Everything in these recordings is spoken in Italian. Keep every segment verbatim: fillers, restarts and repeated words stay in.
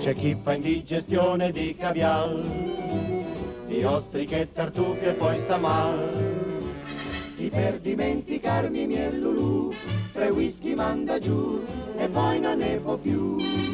C'è chi fa indigestione di caviar, di ostriche e tartufe poi sta mal. Chi per dimenticarmi mi è Lulù, tre whisky manda giù e poi non ne può più.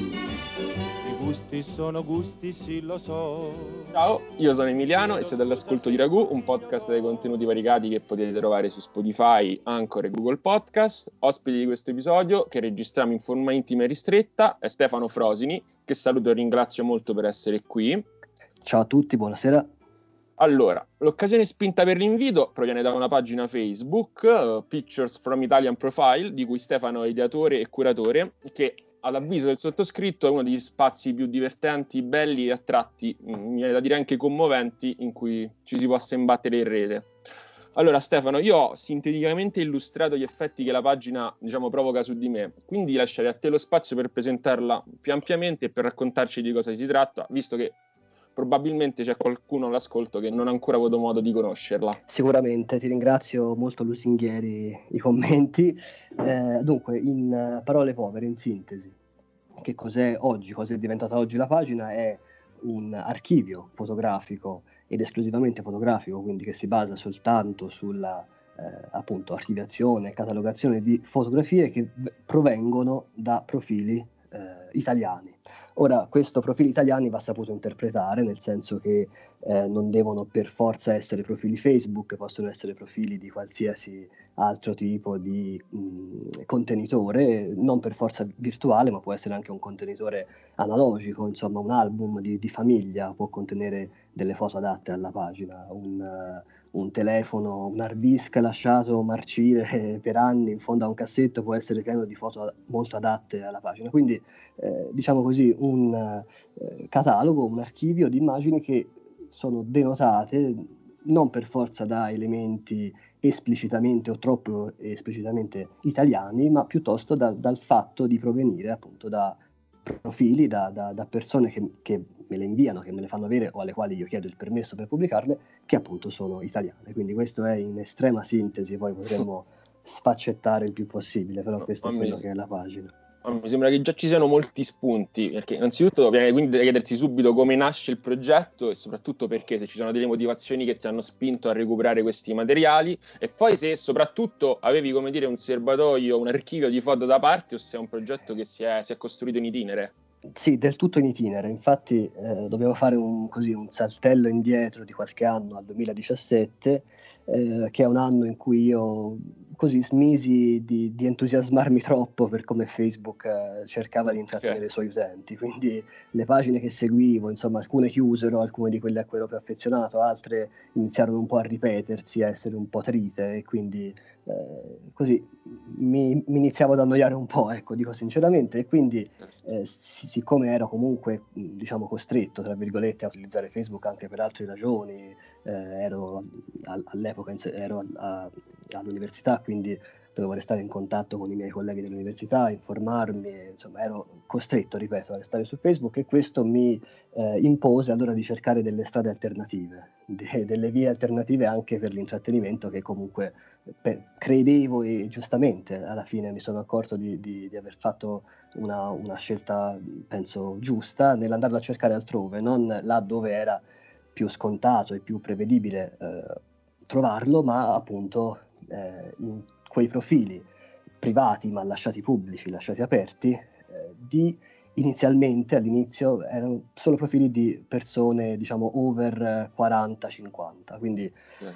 I gusti sono gusti, sì lo so. Ciao, io sono Emiliano e siete all'ascolto di Ragù, un podcast dei contenuti variegati che potete trovare su Spotify, Anchor e Google Podcast. Ospite di questo episodio, che registriamo in forma intima e ristretta, è Stefano Frosini, che saluto e ringrazio molto per essere qui. Ciao a tutti, buonasera. Allora, l'occasione spinta per l'invito proviene da una pagina Facebook, uh, Pictures from Italian Profile, di cui Stefano è ideatore e curatore, che all'avviso del sottoscritto è uno degli spazi più divertenti, belli e a tratti, mi viene da dire anche commoventi, in cui ci si possa imbattere in rete. Allora Stefano, io ho sinteticamente illustrato gli effetti che la pagina, diciamo, provoca su di me, quindi lascerei a te lo spazio per presentarla più ampiamente e per raccontarci di cosa si tratta, visto che probabilmente c'è qualcuno all'ascolto che non ha ancora avuto modo di conoscerla. Sicuramente, ti ringrazio, molto lusinghieri i commenti. Eh, dunque, in parole povere, in sintesi, che cos'è oggi, cos'è diventata oggi la pagina? È un archivio fotografico ed esclusivamente fotografico, quindi che si basa soltanto sulla eh, appunto archiviazione e catalogazione di fotografie che v- provengono da profili eh, italiani. Ora, questo profili italiani va saputo interpretare, nel senso che eh, non devono per forza essere profili Facebook, possono essere profili di qualsiasi altro tipo di mh, contenitore, non per forza virtuale, ma può essere anche un contenitore analogico, insomma un album di, di famiglia può contenere delle foto adatte alla pagina, un, uh, un telefono, un hard disk lasciato marcire per anni in fondo a un cassetto può essere pieno di foto molto adatte alla pagina, quindi eh, diciamo così un eh, catalogo, un archivio di immagini che sono denotate non per forza da elementi esplicitamente o troppo esplicitamente italiani, ma piuttosto da, dal fatto di provenire appunto da profili, da, da, da persone che, che me le inviano, che me le fanno avere o alle quali io chiedo il permesso per pubblicarle, che appunto sono italiane. Quindi questo è in estrema sintesi, poi potremmo sfaccettare il più possibile, però questo è quello che è la pagina. Mi sembra che già ci siano molti spunti, perché innanzitutto viene quindi da chiedersi subito come nasce il progetto e soprattutto perché, se ci sono delle motivazioni che ti hanno spinto a recuperare questi materiali, e poi se soprattutto avevi, come dire, un serbatoio, un archivio di foto da parte, o se è un progetto che si è, si è costruito in itinere. Sì, del tutto in itinere, infatti eh, dobbiamo fare un, così, un saltello indietro di qualche anno al duemiladiciassette, eh, che è un anno in cui io così smisi di, di entusiasmarmi troppo per come Facebook eh, cercava di intrattenere okay. i suoi utenti, quindi le pagine che seguivo, insomma, alcune chiusero, alcune di quelle a cui ero più affezionato, altre iniziarono un po' a ripetersi, a essere un po' trite, e quindi eh, così mi, mi iniziavo ad annoiare un po', ecco, dico sinceramente, e quindi eh, sic- siccome ero comunque, diciamo, costretto, tra virgolette, a utilizzare Facebook anche per altre ragioni, eh, ero a- all'epoca in- ero a- all'università, quindi dovevo restare in contatto con i miei colleghi dell'università, informarmi, e, insomma ero costretto, ripeto, a restare su Facebook, e questo mi eh, impose allora di cercare delle strade alternative, de- delle vie alternative anche per l'intrattenimento, che comunque per, credevo, e giustamente alla fine mi sono accorto di, di, di aver fatto una, una scelta, penso, giusta nell'andarlo a cercare altrove, non là dove era più scontato e più prevedibile eh, trovarlo, ma appunto eh, in quei profili privati ma lasciati pubblici, lasciati aperti, eh, di inizialmente, all'inizio, erano solo profili di persone, diciamo, over quaranta cinquanta, quindi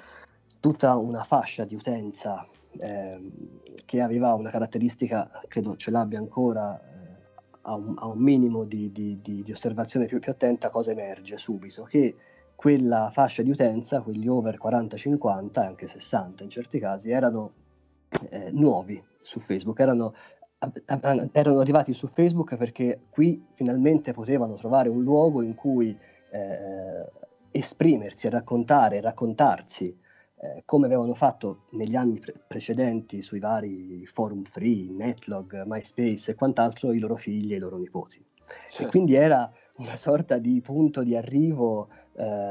tutta una fascia di utenza eh, che aveva una caratteristica, credo ce l'abbia ancora, eh, a, un, a un minimo di, di, di, di osservazione più, più attenta, cosa emerge subito? Che quella fascia di utenza, quegli over quaranta cinquanta, anche sessanta in certi casi, erano eh, nuovi su Facebook, erano, erano arrivati su Facebook perché qui finalmente potevano trovare un luogo in cui eh, esprimersi, raccontare, raccontarsi, eh, come avevano fatto negli anni pre- precedenti sui vari forum free, Netlog, MySpace e quant'altro, i loro figli e i loro nipoti. Certo. E quindi era una sorta di punto di arrivo eh,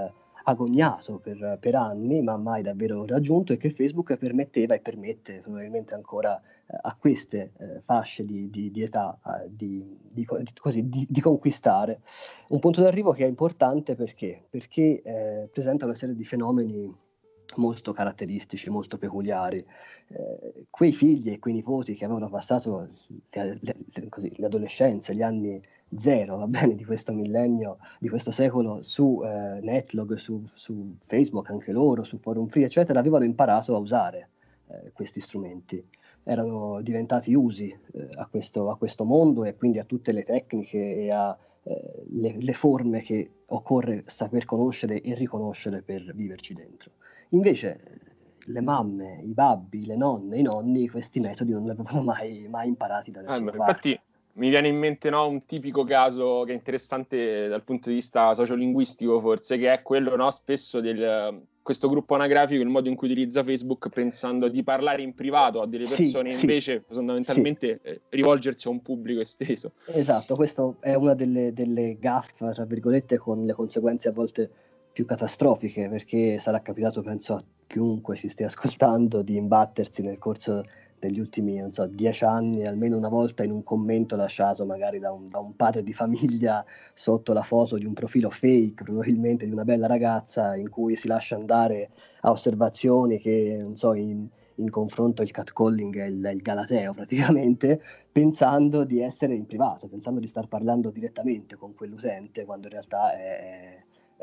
agognato per, per anni, ma mai davvero raggiunto, e che Facebook permetteva e permette probabilmente ancora eh, a queste eh, fasce di, di, di età eh, di, di, di, così, di, di conquistare. Un punto d'arrivo che è importante perché, perché eh, presenta una serie di fenomeni molto caratteristici, molto peculiari. Eh, quei figli e quei nipoti che avevano passato le, le, le, così, l'adolescenza, gli anni zero, va bene, di questo millennio, di questo secolo, su eh, Netlog, su, su Facebook, anche loro, su Forum Free, eccetera, avevano imparato a usare eh, questi strumenti. Erano diventati usi eh, a, questo, a questo mondo, e quindi a tutte le tecniche e a eh, le, le forme che occorre saper conoscere e riconoscere per viverci dentro. Invece le mamme, i babbi, le nonne, i nonni, questi metodi non li avevano mai, mai imparati da nessuna Ah, parte. infatti mi viene in mente, no, un tipico caso che è interessante dal punto di vista sociolinguistico, forse, che è quello, no, spesso del questo gruppo anagrafico, il modo in cui utilizza Facebook pensando di parlare in privato a delle persone, sì, invece sì, fondamentalmente sì. eh, rivolgersi a un pubblico esteso. Esatto, questa è una delle, delle gaffe, tra virgolette, con le conseguenze a volte più catastrofiche, perché sarà capitato, penso, a chiunque ci stia ascoltando, di imbattersi nel corso degli ultimi, non so, dieci anni, almeno una volta, in un commento lasciato magari da un, da un padre di famiglia sotto la foto di un profilo fake, probabilmente di una bella ragazza, in cui si lascia andare a osservazioni che, non so, in, in confronto il catcalling è il, il galateo praticamente, pensando di essere in privato, pensando di star parlando direttamente con quell'utente, quando in realtà è,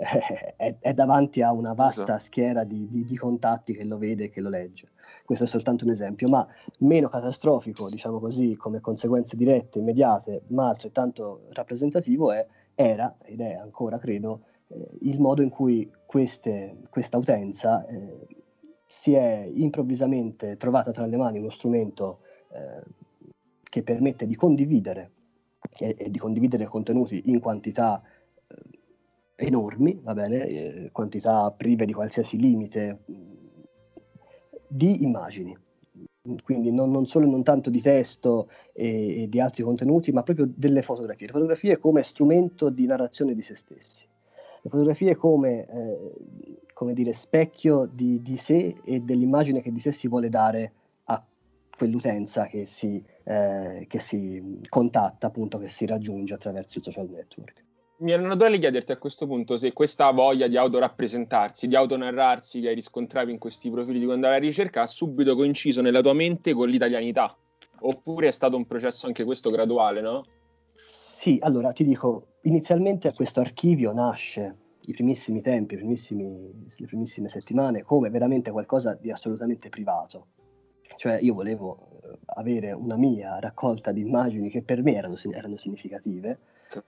è, è, è davanti a una vasta schiera di, di, di contatti che lo vede e che lo legge. Questo è soltanto un esempio, ma meno catastrofico, diciamo così, come conseguenze dirette, immediate, ma altrettanto rappresentativo è, era, ed è ancora, credo, eh, il modo in cui queste, questa utenza eh, si è improvvisamente trovata tra le mani uno strumento eh, che permette di condividere e, e di condividere contenuti in quantità eh, enormi, va bene, eh, quantità prive di qualsiasi limite, di immagini, quindi non, non solo non tanto di testo e, e di altri contenuti, ma proprio delle fotografie. Le fotografie come strumento di narrazione di se stessi, le fotografie come, eh, come dire, specchio di, di sé e dell'immagine che di sé si vuole dare a quell'utenza che si, eh, che si contatta, appunto, che si raggiunge attraverso il social network. Mi è naturale chiederti a questo punto se questa voglia di autorappresentarsi, di autonarrarsi che hai riscontrato in questi profili di cui andavi alla ricerca ha subito coinciso nella tua mente con l'italianità, oppure è stato un processo anche questo graduale, no? Sì, allora ti dico, inizialmente questo archivio nasce, i primissimi tempi, i primissimi, le primissime settimane, come veramente qualcosa di assolutamente privato. Cioè io volevo avere una mia raccolta di immagini che per me erano, erano significative,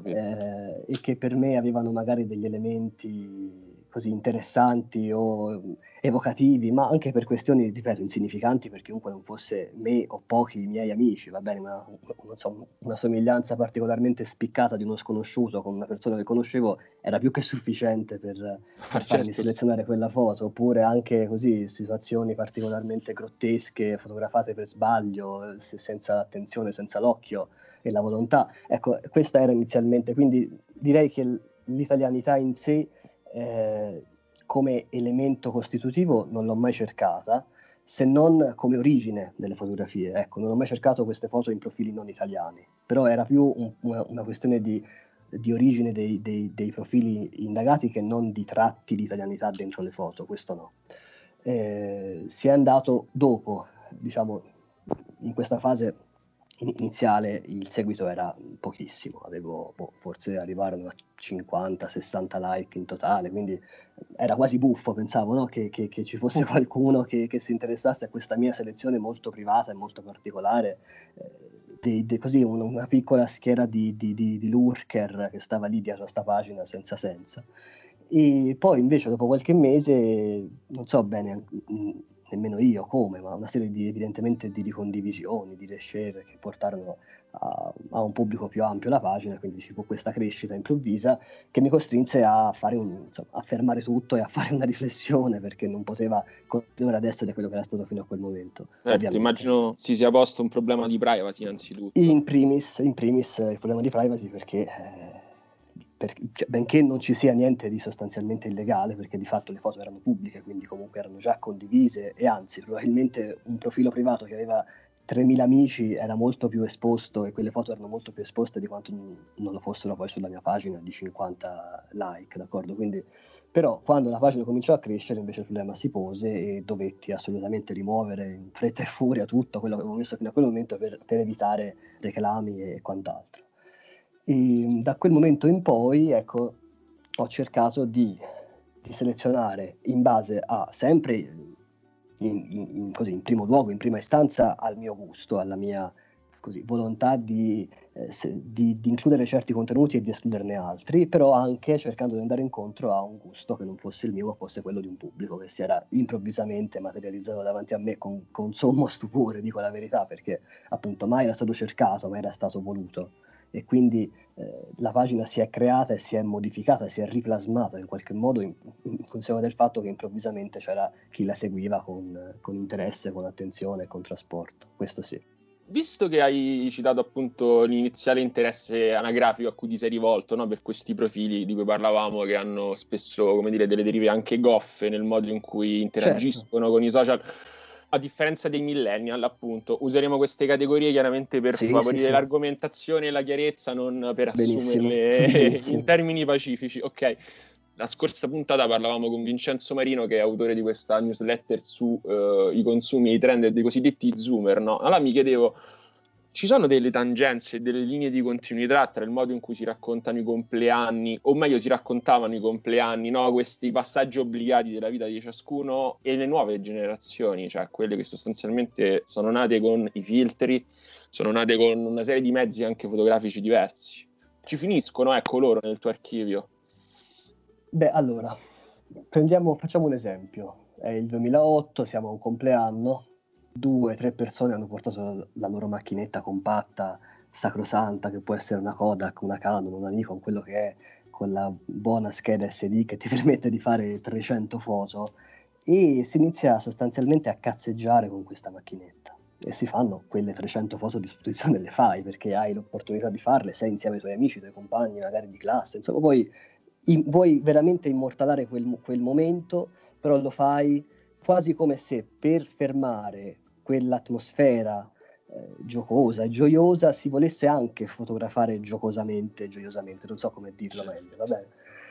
eh, e che per me avevano magari degli elementi così interessanti o evocativi, ma anche per questioni, ripeto, insignificanti per chiunque non fosse me o pochi miei amici, va bene, una, non so, una somiglianza particolarmente spiccata di uno sconosciuto con una persona che conoscevo era più che sufficiente per, per farmi selezionare quella foto, oppure anche così situazioni particolarmente grottesche fotografate per sbaglio, se, senza attenzione, senza l'occhio e la volontà. Ecco, questa era inizialmente, quindi direi che l'italianità in sé eh, come elemento costitutivo non l'ho mai cercata, se non come origine delle fotografie. Ecco, non ho mai cercato queste foto in profili non italiani, però era più un, una, una questione di, di origine dei, dei, dei profili indagati che non di tratti di italianità dentro le foto, questo no. Eh, si è andato dopo, diciamo, in questa fase iniziale il seguito era pochissimo, avevo boh, forse arrivarono a cinquanta sessanta like in totale, quindi era quasi buffo, pensavo, no? che, che, che ci fosse qualcuno che, che si interessasse a questa mia selezione molto privata e molto particolare, eh, di, di, così un, una piccola schiera di, di, di, di lurker che stava lì dietro a sta pagina senza senso. E poi invece dopo qualche mese, non so bene nemmeno io come, ma una serie di evidentemente di ricondivisioni, di reshare che portarono a, a un pubblico più ampio la pagina, quindi ci fu questa crescita improvvisa che mi costrinse a fare un, insomma, a fermare tutto e a fare una riflessione, perché non poteva continuare ad essere quello che era stato fino a quel momento. Certo, immagino si sia posto un problema di privacy innanzitutto. In primis, in primis il problema di privacy, perché eh, per, cioè, benché non ci sia niente di sostanzialmente illegale, perché di fatto le foto erano pubbliche, quindi comunque erano già condivise, e anzi probabilmente un profilo privato che aveva tremila amici era molto più esposto, e quelle foto erano molto più esposte di quanto non lo fossero poi sulla mia pagina di cinquanta like, d'accordo? Quindi, però quando la pagina cominciò a crescere invece il problema si pose e dovetti assolutamente rimuovere in fretta e furia tutto quello che avevo messo fino a quel momento per, per evitare reclami e quant'altro. E da quel momento in poi, ecco, ho cercato di, di selezionare in base a sempre in, in, in, così, in primo luogo, in prima istanza, al mio gusto, alla mia così, volontà di, eh, se, di, di includere certi contenuti e di escluderne altri, però anche cercando di andare incontro a un gusto che non fosse il mio, ma fosse quello di un pubblico che si era improvvisamente materializzato davanti a me con, con sommo stupore, dico la verità, perché appunto mai era stato cercato, ma era stato voluto. E quindi eh, la pagina si è creata e si è modificata, si è riplasmata in qualche modo in, in funzione del fatto che improvvisamente c'era chi la seguiva con, con interesse, con attenzione e con trasporto, questo sì. Visto che hai citato appunto l'iniziale interesse anagrafico a cui ti sei rivolto, no, per questi profili di cui parlavamo, che hanno spesso, come dire, delle derive anche goffe nel modo in cui interagiscono certo. con i social, a differenza dei millennial, appunto, useremo queste categorie chiaramente per sì, favorire sì, sì. l'argomentazione e la chiarezza, non per Benissimo. assumerle Benissimo. in termini pacifici. Ok, la scorsa puntata parlavamo con Vincenzo Marino, che è autore di questa newsletter su uh, i consumi e i trend dei cosiddetti zoomer, no? Allora mi chiedevo, ci sono delle tangenze, delle linee di continuità tra il modo in cui si raccontano i compleanni, o meglio si raccontavano i compleanni, no? Questi passaggi obbligati della vita di ciascuno, e le nuove generazioni, cioè quelle che sostanzialmente sono nate con i filtri, sono nate con una serie di mezzi anche fotografici diversi. Ci finiscono, ecco, loro nel tuo archivio? Beh, allora, prendiamo, facciamo un esempio. È il duemilaotto, siamo a un compleanno, due, tre persone hanno portato la loro macchinetta compatta, sacrosanta, che può essere una Kodak, una Canon, una Nikon, quello che è, con la buona scheda S D che ti permette di fare trecento foto, e si inizia sostanzialmente a cazzeggiare con questa macchinetta. E si fanno quelle trecento foto a disposizione, le fai, perché hai l'opportunità di farle, sei insieme ai tuoi amici, ai tuoi compagni, magari di classe, insomma, poi in, vuoi veramente immortalare quel, quel momento, però lo fai quasi come se per fermare quell'atmosfera eh, giocosa e gioiosa si volesse anche fotografare giocosamente e gioiosamente, non so come dirlo meglio, va bene?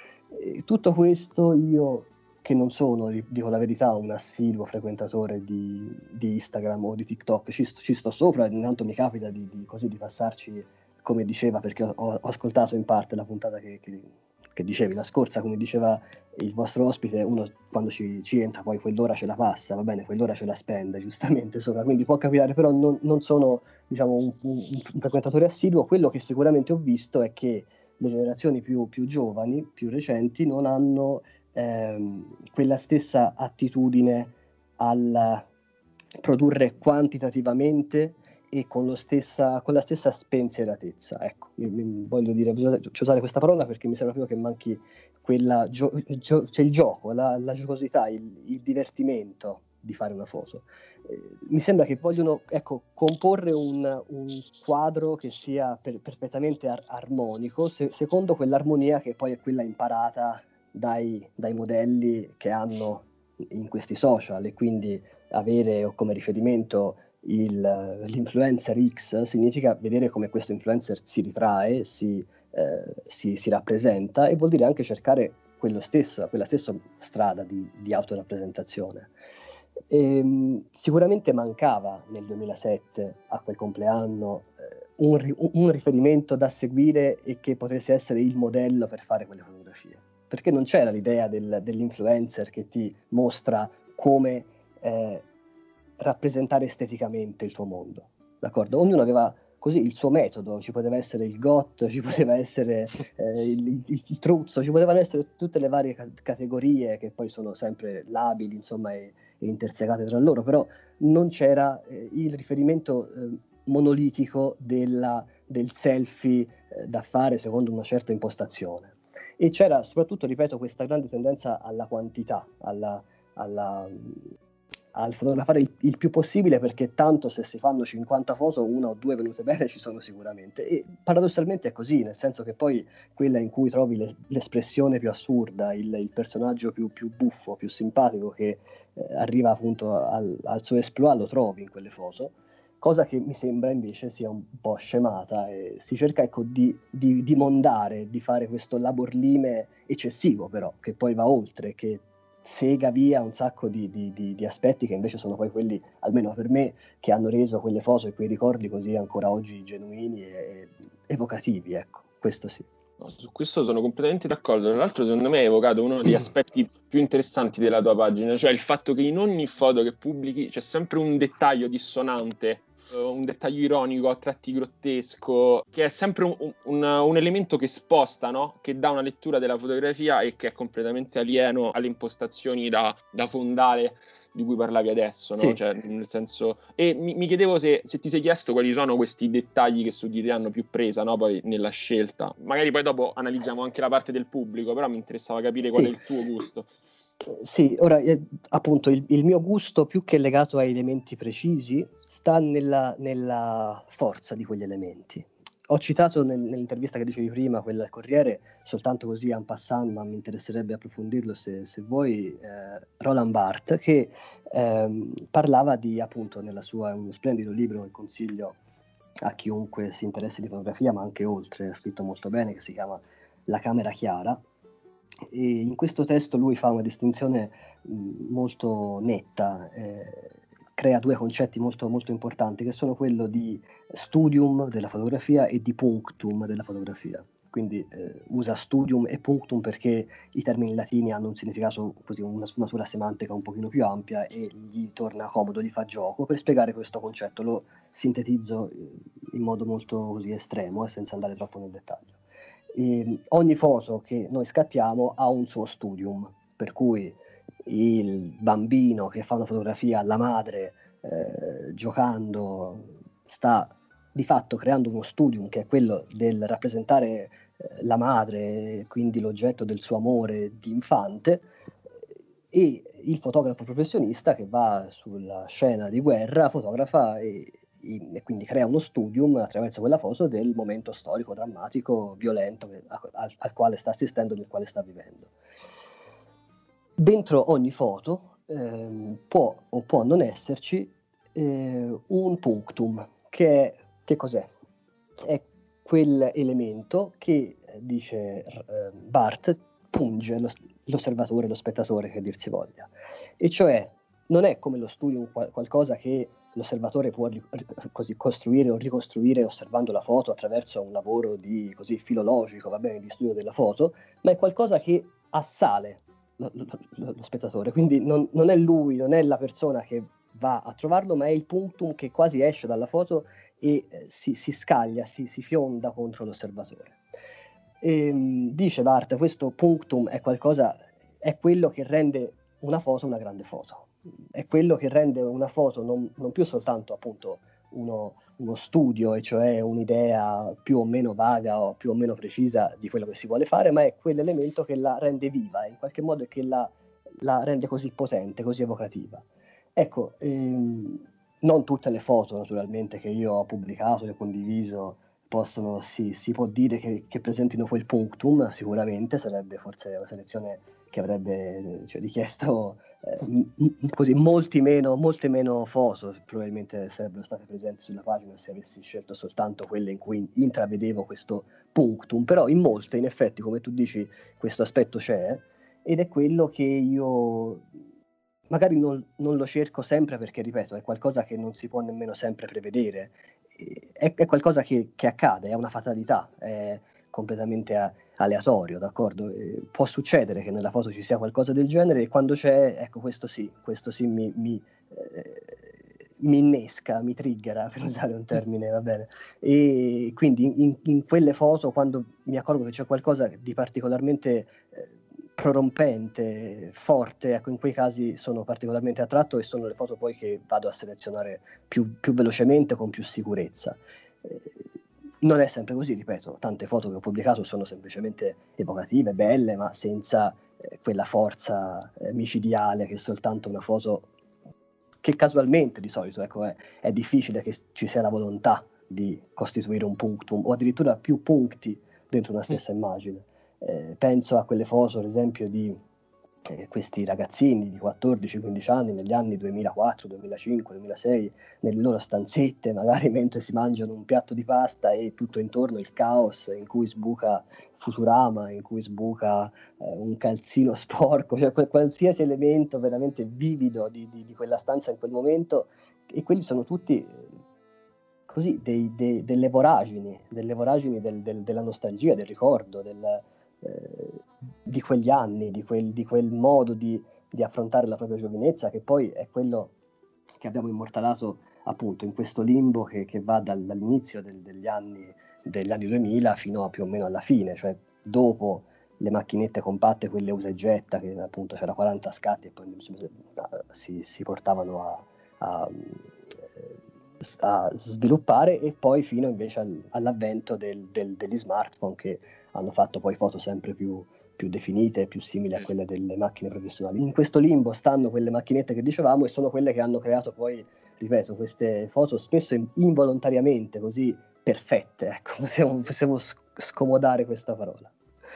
E tutto questo io, che non sono, dico la verità, un assiduo frequentatore di, di Instagram o di TikTok, ci, ci sto sopra, intanto mi capita di, di, così, di passarci, come diceva, perché ho, ho ascoltato in parte la puntata che, che che dicevi, la scorsa, come diceva il vostro ospite, uno quando ci, ci entra poi quell'ora ce la passa, va bene, quell'ora ce la spende giustamente sopra, quindi può capitare, però non, non sono, diciamo, un, un, un frequentatore assiduo. Quello che sicuramente ho visto è che le generazioni più, più giovani, più recenti, non hanno ehm, quella stessa attitudine al produrre quantitativamente e con, lo stessa, con la stessa spensieratezza. Ecco, mi, mi voglio dire, bisogna usare questa parola perché mi sembra proprio che manchi quella gio, gio, c'è il gioco, la, la giocosità, il, il divertimento di fare una foto. Eh, mi sembra che vogliono, ecco, comporre un, un quadro che sia per, perfettamente ar- armonico, se, secondo quell'armonia che poi è quella imparata dai, dai modelli che hanno in questi social, e quindi avere come riferimento Il, l'influencer X significa vedere come questo influencer si ritrae, si, eh, si, si rappresenta, e vuol dire anche cercare quello stesso, quella stessa strada di, di autorappresentazione. E, sicuramente mancava nel duemilasette, a quel compleanno, eh, un, un riferimento da seguire e che potesse essere il modello per fare quelle fotografie, perché non c'era l'idea del, dell'influencer che ti mostra come eh, rappresentare esteticamente il tuo mondo, d'accordo? Ognuno aveva così il suo metodo, ci poteva essere il goth, ci poteva essere eh, il, il, il truzzo, ci potevano essere tutte le varie ca- categorie che poi sono sempre labili, insomma, e, e intersecate tra loro, però non c'era eh, il riferimento eh, monolitico della, del selfie eh, da fare secondo una certa impostazione. E c'era soprattutto, ripeto, questa grande tendenza alla quantità, alla, alla al fotografare il, il più possibile, perché tanto se si fanno cinquanta foto, una o due venute bene ci sono sicuramente. E paradossalmente è così, nel senso che poi quella in cui trovi le, l'espressione più assurda, il, il personaggio più, più buffo, più simpatico, che eh, arriva appunto al, al suo exploit, lo trovi in quelle foto, cosa che mi sembra invece sia un po' scemata, e si cerca, ecco, di, di, di mondare, di fare questo laborlime eccessivo, però, che poi va oltre, che sega via un sacco di, di, di, di aspetti che invece sono poi quelli, almeno per me, che hanno reso quelle foto e quei ricordi così ancora oggi genuini e evocativi, ecco, questo sì. No, su questo sono completamente d'accordo. Tra l'altro, secondo me hai evocato uno degli aspetti più interessanti della tua pagina, cioè il fatto che in ogni foto che pubblichi c'è sempre un dettaglio dissonante, un dettaglio ironico, a tratti grottesco, che è sempre un, un, un elemento che sposta, no? Che dà una lettura della fotografia e che è completamente alieno alle impostazioni da, da fondale di cui parlavi adesso, no? Sì. Cioè, nel senso... E mi, mi chiedevo se, se ti sei chiesto quali sono questi dettagli che su di te hanno più presa, no? Poi nella scelta. Magari poi dopo analizziamo anche la parte del pubblico, però mi interessava capire qual Sì. è il tuo gusto. Sì, ora eh, appunto il, il mio gusto, più che legato a elementi precisi, sta nella, nella forza di quegli elementi. Ho citato nel, nell'intervista che dicevi prima, quella al Corriere, soltanto così en passant, ma mi interesserebbe approfondirlo se, se vuoi, eh, Roland Barthes, che ehm, parlava di, appunto, nella sua, uno splendido libro che consiglio a chiunque si interessi di fotografia, ma anche oltre, ha scritto molto bene, che si chiama La camera chiara. E in questo testo lui fa una distinzione mh, molto netta, eh, crea due concetti molto, molto importanti, che sono quello di studium della fotografia e di punctum della fotografia. Quindi eh, usa studium e punctum perché i termini latini hanno un significato, così, una sfumatura semantica un pochino più ampia, e gli torna comodo, gli fa gioco per spiegare questo concetto. Lo sintetizzo in modo molto così estremo, eh, senza andare troppo nel dettaglio. E ogni foto che noi scattiamo ha un suo studium, per cui il bambino che fa una fotografia alla madre eh, giocando sta di fatto creando uno studium, che è quello del rappresentare eh, la madre, quindi l'oggetto del suo amore di infante, e il fotografo professionista che va sulla scena di guerra fotografa e e quindi crea uno studium attraverso quella foto del momento storico, drammatico, violento che, al, al quale sta assistendo, nel quale sta vivendo. Dentro ogni foto eh, può o può non esserci eh, un punctum, che è, che cos'è? È quell'elemento che, dice eh, Barthes, punge lo, l'osservatore, lo spettatore, che dir si voglia. E cioè non è come lo studium qual- qualcosa che l'osservatore può ri- così costruire o ricostruire osservando la foto attraverso un lavoro di così filologico, va bene, di studio della foto, ma è qualcosa che assale lo, lo, lo, lo spettatore, quindi non, non è lui, non è la persona che va a trovarlo, ma è il punctum che quasi esce dalla foto e eh, si, si scaglia, si, si fionda contro l'osservatore. E, dice Barthes, questo punctum è qualcosa, è quello che rende una foto una grande foto. È quello che rende una foto non, non più soltanto appunto uno, uno studio, e cioè un'idea più o meno vaga o più o meno precisa di quello che si vuole fare, ma è quell'elemento che la rende viva, e in qualche modo è che la, la rende così potente, così evocativa. Ecco, ehm, non tutte le foto naturalmente che io ho pubblicato e ho condiviso possono, sì, si può dire che, che presentino quel punctum, sicuramente sarebbe forse una selezione che avrebbe, cioè, richiesto eh, m- così molti meno, molte meno foto, probabilmente sarebbero state presenti sulla pagina se avessi scelto soltanto quelle in cui intravedevo questo punctum, però in molte, in effetti, come tu dici, questo aspetto c'è, ed è quello che io magari non, non lo cerco sempre, perché, ripeto, è qualcosa che non si può nemmeno sempre prevedere, è, è qualcosa che, che accade, è una fatalità, è completamente a, aleatorio, d'accordo? Eh, può succedere che nella foto ci sia qualcosa del genere, e quando c'è, ecco, questo sì, questo sì mi, mi, eh, mi innesca, mi triggera, per usare un termine, va bene? E quindi in, in quelle foto, quando mi accorgo che c'è qualcosa di particolarmente eh, prorompente, forte, ecco, in quei casi sono particolarmente attratto, e sono le foto poi che vado a selezionare più, più velocemente, con più sicurezza. Eh, non è sempre così, ripeto, tante foto che ho pubblicato sono semplicemente evocative, belle, ma senza eh, quella forza eh, micidiale che soltanto una foto che casualmente di solito, ecco, è, è difficile che ci sia la volontà di costituire un punctum o addirittura più punti dentro una stessa immagine. Eh, penso a quelle foto, ad esempio, di eh, questi ragazzini di quattordici quindici anni negli anni duemilaquattro, duemilacinque, duemilasei, nelle loro stanzette, magari mentre si mangiano un piatto di pasta e tutto intorno il caos in cui sbuca Futurama, in cui sbuca eh, un calzino sporco, cioè qualsiasi elemento veramente vivido di, di, di quella stanza in quel momento, e quelli sono tutti così dei, dei, delle voragini, delle voragini del, del, della nostalgia, del ricordo, del, eh, di quegli anni, di quel, di quel modo di, di affrontare la propria giovinezza, che poi è quello che abbiamo immortalato appunto in questo limbo che, che va dal, dall'inizio del, degli anni degli anni duemila fino a più o meno alla fine, cioè dopo le macchinette compatte, quelle usa e getta, che appunto c'era quaranta scatti e poi si, si portavano a, a, a sviluppare, e poi fino invece al, all'avvento del, del, degli smartphone, che hanno fatto poi foto sempre più, più definite, più simili a quelle delle macchine professionali. In questo limbo stanno quelle macchinette che dicevamo, e sono quelle che hanno creato poi, ripeto, queste foto spesso involontariamente così perfette, ecco, possiamo, possiamo scomodare questa parola.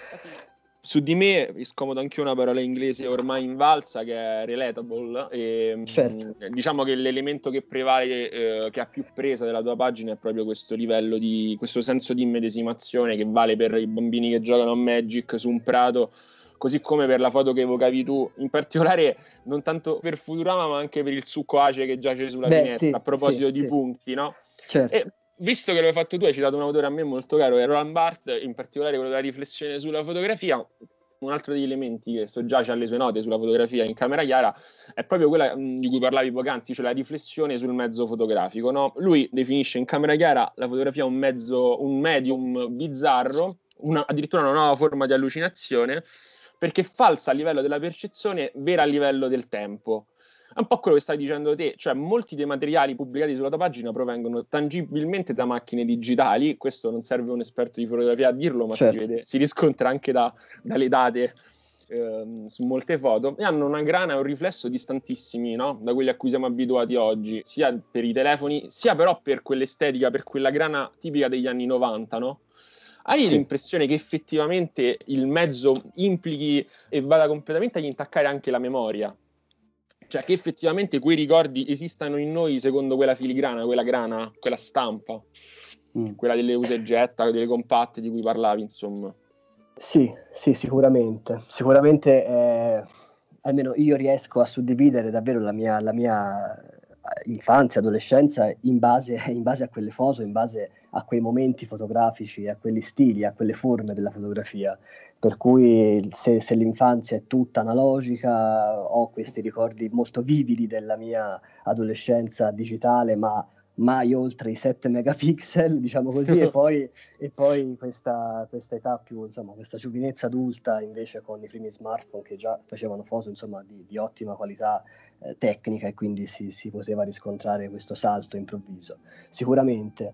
Su di me scomodo anche una parola inglese ormai invalsa, che è relatable, e certo. mh, diciamo che l'elemento che prevale, eh, che ha più presa della tua pagina, è proprio questo livello di, questo senso di immedesimazione che vale per i bambini che giocano a Magic su un prato, così come per la foto che evocavi tu, in particolare non tanto per Futurama ma anche per il succo ace che giace sulla Beh, finestra, sì, a proposito sì, di sì. punti, no? Certo. E visto che l'hai fatto tu, hai citato un autore a me molto caro, è Roland Barthes, in particolare quello della riflessione sulla fotografia. Un altro degli elementi che soggiace alle sue note sulla fotografia in camera chiara è proprio quella mh, di cui parlavi poc'anzi, cioè la riflessione sul mezzo fotografico, no? Lui definisce in camera chiara la fotografia un mezzo, un medium bizzarro, una, addirittura una nuova forma di allucinazione, perché falsa a livello della percezione, vera a livello del tempo. È un po' quello che stai dicendo te, cioè molti dei materiali pubblicati sulla tua pagina provengono tangibilmente da macchine digitali. Questo non serve un esperto di fotografia a dirlo, ma certo. si vede, si riscontra anche da, dalle date ehm, su molte foto, e hanno una grana e un riflesso distantissimi, no? Da quelli a cui siamo abituati oggi, sia per i telefoni, sia però per quell'estetica, per quella grana tipica degli anni novanta, no? Hai Sì. l'impressione che effettivamente il mezzo implichi e vada completamente ad intaccare anche la memoria? Cioè che effettivamente quei ricordi esistano in noi secondo quella filigrana, quella grana, quella stampa, mm. quella delle usa e getta, delle compatte di cui parlavi, insomma. Sì, sì, sicuramente. Sicuramente, eh, almeno io riesco a suddividere davvero la mia, la mia infanzia, adolescenza in base, in base a quelle foto, in base a quei momenti fotografici, a quegli stili, a quelle forme della fotografia. Per cui se, se l'infanzia è tutta analogica, ho questi ricordi molto vividi della mia adolescenza digitale, ma mai oltre i sette megapixel, diciamo così, e poi, e poi questa, questa età più, insomma, questa giovinezza adulta invece con i primi smartphone che già facevano foto, insomma, di, di ottima qualità eh, tecnica, e quindi si, si poteva riscontrare questo salto improvviso. Sicuramente.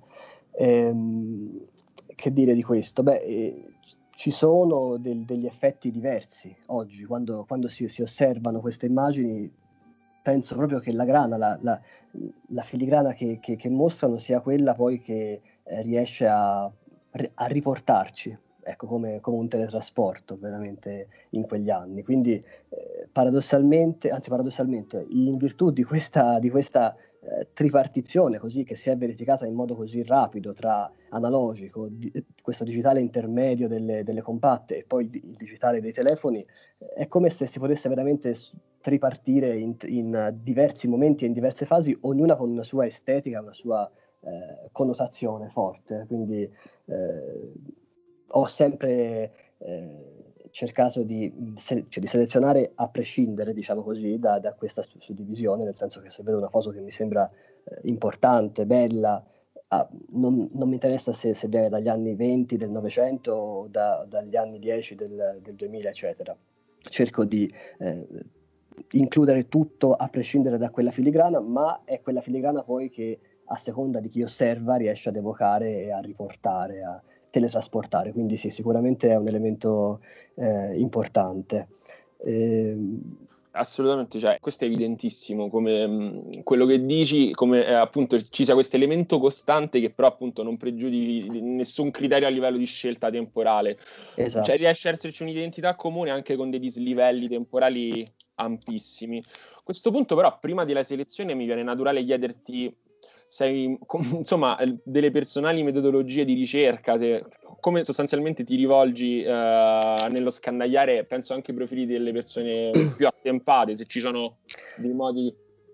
Ehm, che dire di questo? Beh, eh, ci sono del, degli effetti diversi oggi, quando, quando si, si osservano queste immagini. Penso proprio che la grana, la, la, la filigrana che, che, che mostrano sia quella poi che eh, riesce a, a riportarci, ecco, come, come un teletrasporto veramente in quegli anni. Quindi eh, paradossalmente, anzi paradossalmente, in virtù di questa, di questa eh, tripartizione così che si è verificata in modo così rapido tra analogico, di, questo digitale intermedio delle, delle compatte e poi il digitale dei telefoni, è come se si potesse veramente tripartire in, in diversi momenti e in diverse fasi, ognuna con una sua estetica, una sua eh, connotazione forte. Quindi eh, ho sempre eh, cercato di, se, cioè di selezionare a prescindere, diciamo così, da, da questa suddivisione, nel senso che se vedo una foto che mi sembra eh, importante, bella, ah, non, non mi interessa se, se viene dagli anni venti del Novecento o da, dagli anni dieci del, del duemila, eccetera. Cerco di eh, includere tutto a prescindere da quella filigrana, ma è quella filigrana poi che a seconda di chi osserva riesce ad evocare e a riportare, a teletrasportare. Quindi sì, sicuramente è un elemento eh, importante. Eh, Assolutamente, cioè, questo è evidentissimo, come mh, quello che dici, come eh, appunto ci sia questo elemento costante che però appunto non pregiudichi nessun criterio a livello di scelta temporale. Esatto. Cioè riesce ad esserci un'identità comune anche con dei dislivelli temporali ampissimi. A questo punto però, prima della selezione, mi viene naturale chiederti sei, insomma, delle personali metodologie di ricerca, se, come sostanzialmente ti rivolgi eh, nello scandagliare, penso anche ai profili delle persone più attempate, se ci sono dei modi,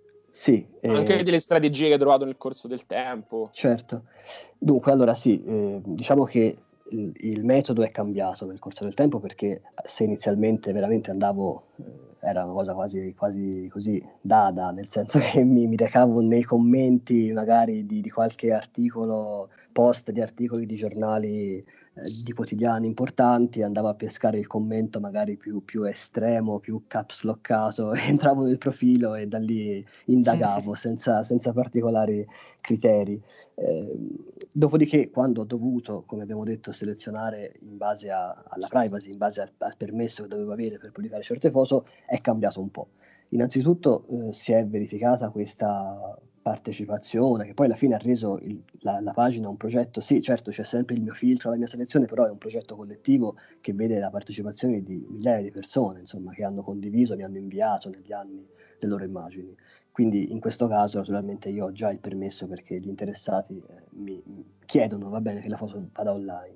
sì, anche eh, delle strategie che hai trovato nel corso del tempo. certo. Dunque, allora sì, eh, diciamo che il, il metodo è cambiato nel corso del tempo, perché se inizialmente veramente andavo, eh, era una cosa quasi, quasi così dada, nel senso che mi, mi recavo nei commenti magari di, di qualche articolo, post di articoli di giornali, eh, di quotidiani importanti, andavo a pescare il commento magari più, più estremo, più caps lockato, entravo nel profilo e da lì indagavo senza, senza particolari criteri. Eh, dopodiché, quando ho dovuto, come abbiamo detto, selezionare in base a, alla privacy, in base al, al permesso che dovevo avere per pubblicare certe foto, è cambiato un po'. Innanzitutto eh, si è verificata questa partecipazione, che poi alla fine ha reso il, la, la pagina un progetto, sì, certo c'è sempre il mio filtro, la mia selezione, però è un progetto collettivo che vede la partecipazione di migliaia di persone, insomma, che hanno condiviso, mi hanno inviato negli anni le loro immagini. Quindi in questo caso naturalmente io ho già il permesso, perché gli interessati eh, mi, mi chiedono, va bene, che la foto vada online.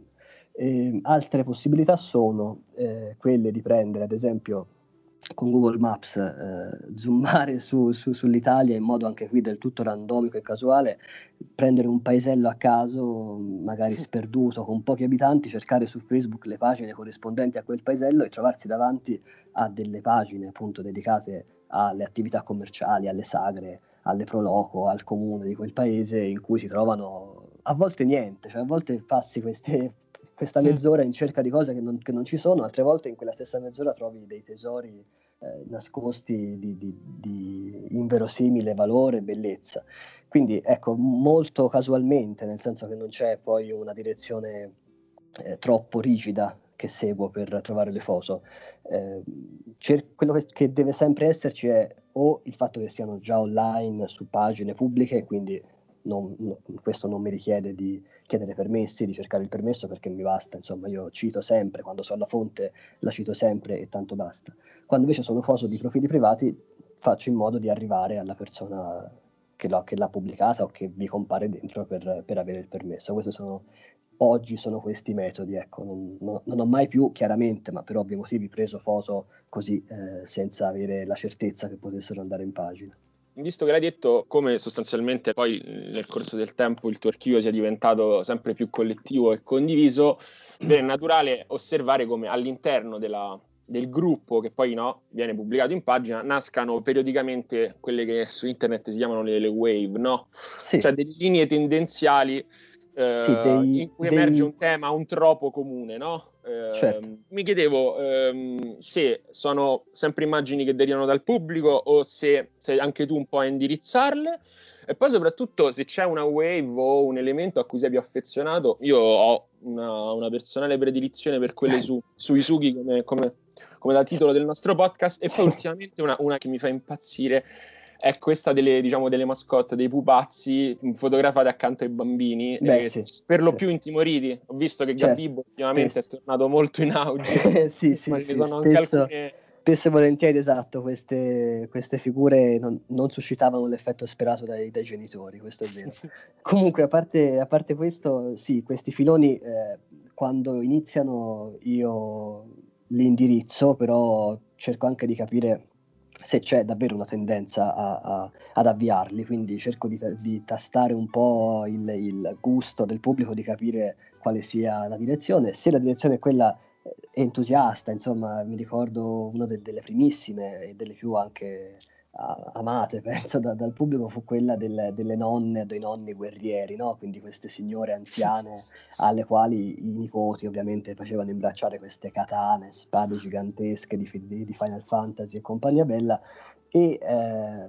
E altre possibilità sono eh, quelle di prendere, ad esempio, con Google Maps, eh, zoomare su, su, sull'Italia in modo anche qui del tutto randomico e casuale, prendere un paesello a caso, magari sperduto, con pochi abitanti, cercare su Facebook le pagine corrispondenti a quel paesello e trovarsi davanti a delle pagine appunto dedicate alle attività commerciali, alle sagre, alle proloco, al comune di quel paese, in cui si trovano a volte niente, cioè a volte passi queste, questa mezz'ora in cerca di cose che non, che non ci sono, altre volte in quella stessa mezz'ora trovi dei tesori eh, nascosti di, di, di inverosimile valore e bellezza. Quindi ecco, molto casualmente, nel senso che non c'è poi una direzione eh, troppo rigida che seguo per trovare le foto. Eh, cer- quello che, che deve sempre esserci è o il fatto che siano già online su pagine pubbliche, quindi non, no, questo non mi richiede di chiedere permessi, di cercare il permesso, perché mi basta, insomma, io cito sempre, quando so la fonte la cito sempre e tanto basta. Quando invece sono foto di profili privati, faccio in modo di arrivare alla persona che l'ha, che l'ha pubblicata o che vi compare dentro per, per avere il permesso. Questi sono, oggi sono questi metodi, ecco, non, non, non ho mai più chiaramente, ma per ovvi motivi, preso foto così eh, senza avere la certezza che potessero andare in pagina. Visto che l'hai detto, come sostanzialmente poi nel corso del tempo il tuo archivio sia diventato sempre più collettivo e condiviso, bene, è naturale osservare come all'interno della, del gruppo che poi no, viene pubblicato in pagina, nascano periodicamente quelle che su internet si chiamano le, le wave, no? Sì. Cioè delle linee tendenziali eh, sì, dei, in cui dei... emerge un tema, un tropo comune, no? Eh, certo. Mi chiedevo ehm, se sono sempre immagini che derivano dal pubblico o se sei anche tu un po' a indirizzarle, e poi soprattutto se c'è una wave o un elemento a cui sei più affezionato. Io ho una, una personale predilizione per quelle su, sui sughi, come, come, come da titolo del nostro podcast, e poi ultimamente una, una che mi fa impazzire è questa delle, diciamo, delle mascotte, dei pupazzi fotografate accanto ai bambini. Beh, eh, sì, per lo sì. più intimoriti. Ho visto che Certo, Gabibbo ultimamente spesso. è tornato molto in auge, sì, sì, ma ci sì, sono anche spesso, alcune... spesso e volentieri, esatto, queste, queste figure non, non suscitavano l'effetto sperato dai, dai genitori, questo è vero. Comunque, a parte, a parte questo, sì, questi filoni, eh, quando iniziano io li indirizzo, però cerco anche di capire se c'è davvero una tendenza a, a, ad avviarli, quindi cerco di, di tastare un po' il, il gusto del pubblico, di capire quale sia la direzione. Se la direzione è quella eh, entusiasta, insomma, mi ricordo una de- delle primissime e delle più anche a- amate, penso, da- dal pubblico, fu quella del- delle nonne, dei nonni guerrieri, no? Quindi queste signore anziane alle quali i nipoti ovviamente facevano imbracciare queste katane, spade gigantesche di, fi- di Final Fantasy e compagnia bella, e eh,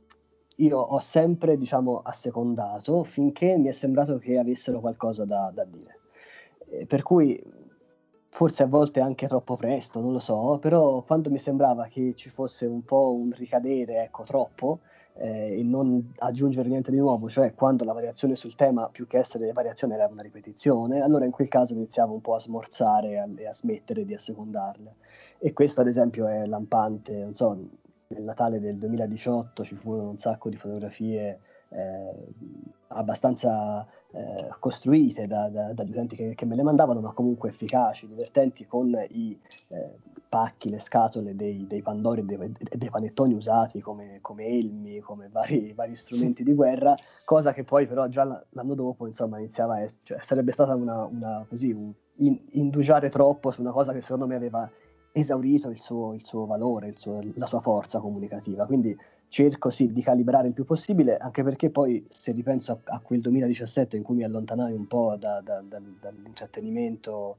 io ho sempre, diciamo, assecondato finché mi è sembrato che avessero qualcosa da, da dire. Eh, per cui forse a volte anche troppo presto, non lo so, però quando mi sembrava che ci fosse un po' un ricadere, ecco, troppo, eh, e non aggiungere niente di nuovo, cioè quando la variazione sul tema, più che essere variazione, era una ripetizione, allora in quel caso iniziavo un po' a smorzare a- e a smettere di assecondarle. E questo ad esempio è lampante, non so, nel Natale del duemiladiciotto ci furono un sacco di fotografie eh, abbastanza eh, costruite da, da, dagli utenti che, che me le mandavano, ma comunque efficaci, divertenti, con i eh, pacchi, le scatole dei, dei Pandori e dei, dei panettoni usati come, come elmi, come vari, vari strumenti di guerra, cosa che poi però già l'anno dopo, insomma, iniziava a essere, cioè, sarebbe stata una, una così, un, in, indugiare troppo su una cosa che secondo me aveva esaurito il suo, il suo valore, il suo, la sua forza comunicativa. Quindi cerco sì di calibrare il più possibile, anche perché poi se ripenso a, a quel duemiladiciassette in cui mi allontanai un po' da, da, da, dall'intrattenimento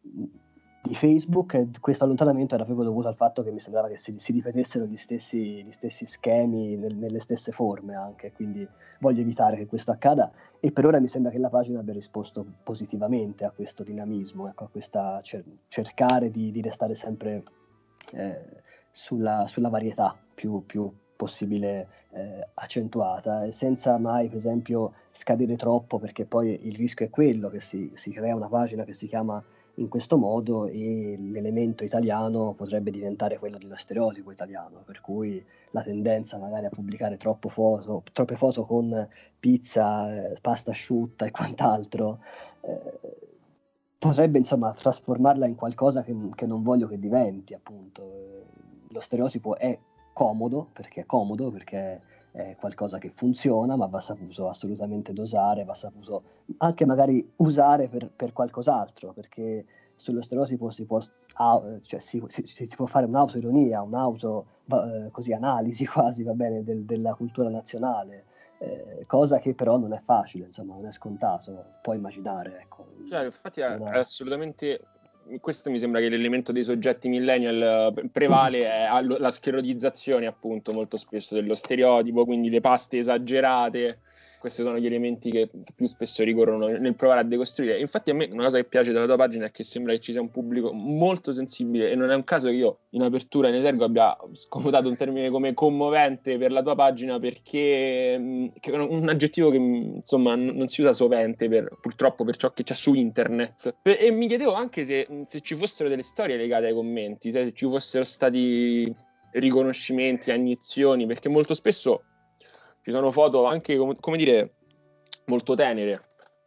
di Facebook, e questo allontanamento era proprio dovuto al fatto che mi sembrava che si, si ripetessero gli stessi, gli stessi schemi nel, nelle stesse forme anche, quindi voglio evitare che questo accada, e per ora mi sembra che la pagina abbia risposto positivamente a questo dinamismo, ecco, a questa cer- cercare di, di restare sempre eh, sulla, sulla varietà più, più possibile eh, accentuata, senza mai per esempio scadere troppo, perché poi il rischio è quello che si, si crea una pagina che si chiama in questo modo e l'elemento italiano potrebbe diventare quello dello stereotipo italiano, per cui la tendenza magari a pubblicare troppo foto, troppe foto con pizza, eh, pasta asciutta e quant'altro eh, potrebbe insomma trasformarla in qualcosa che, che non voglio che diventi, appunto. Lo stereotipo è comodo, perché è comodo, perché è qualcosa che funziona, ma va saputo assolutamente dosare, va saputo anche magari usare per, per qualcos'altro, perché sullo stereotipo si può, cioè si, si, si può fare un'autoironia, un'auto eh, così analisi quasi, va bene, del, della cultura nazionale. Eh, cosa che però non è facile, insomma, non è scontato, puoi immaginare, ecco. Cioè, infatti è, una... è assolutamente, questo mi sembra che l'elemento dei soggetti millennial eh, prevale è la sclerotizzazione, appunto, molto spesso dello stereotipo, quindi le paste esagerate. Questi sono gli elementi che più spesso ricorrono nel provare a decostruire. Infatti a me una cosa che piace della tua pagina è che sembra che ci sia un pubblico molto sensibile, e non è un caso che io in apertura in esergo abbia scomodato un termine come commovente per la tua pagina, perché che è un aggettivo che insomma non si usa sovente per, purtroppo per ciò che c'è su internet. E mi chiedevo anche se, se ci fossero delle storie legate ai commenti, se ci fossero stati riconoscimenti, agnizioni, perché molto spesso ci sono foto anche, come dire, molto tenere.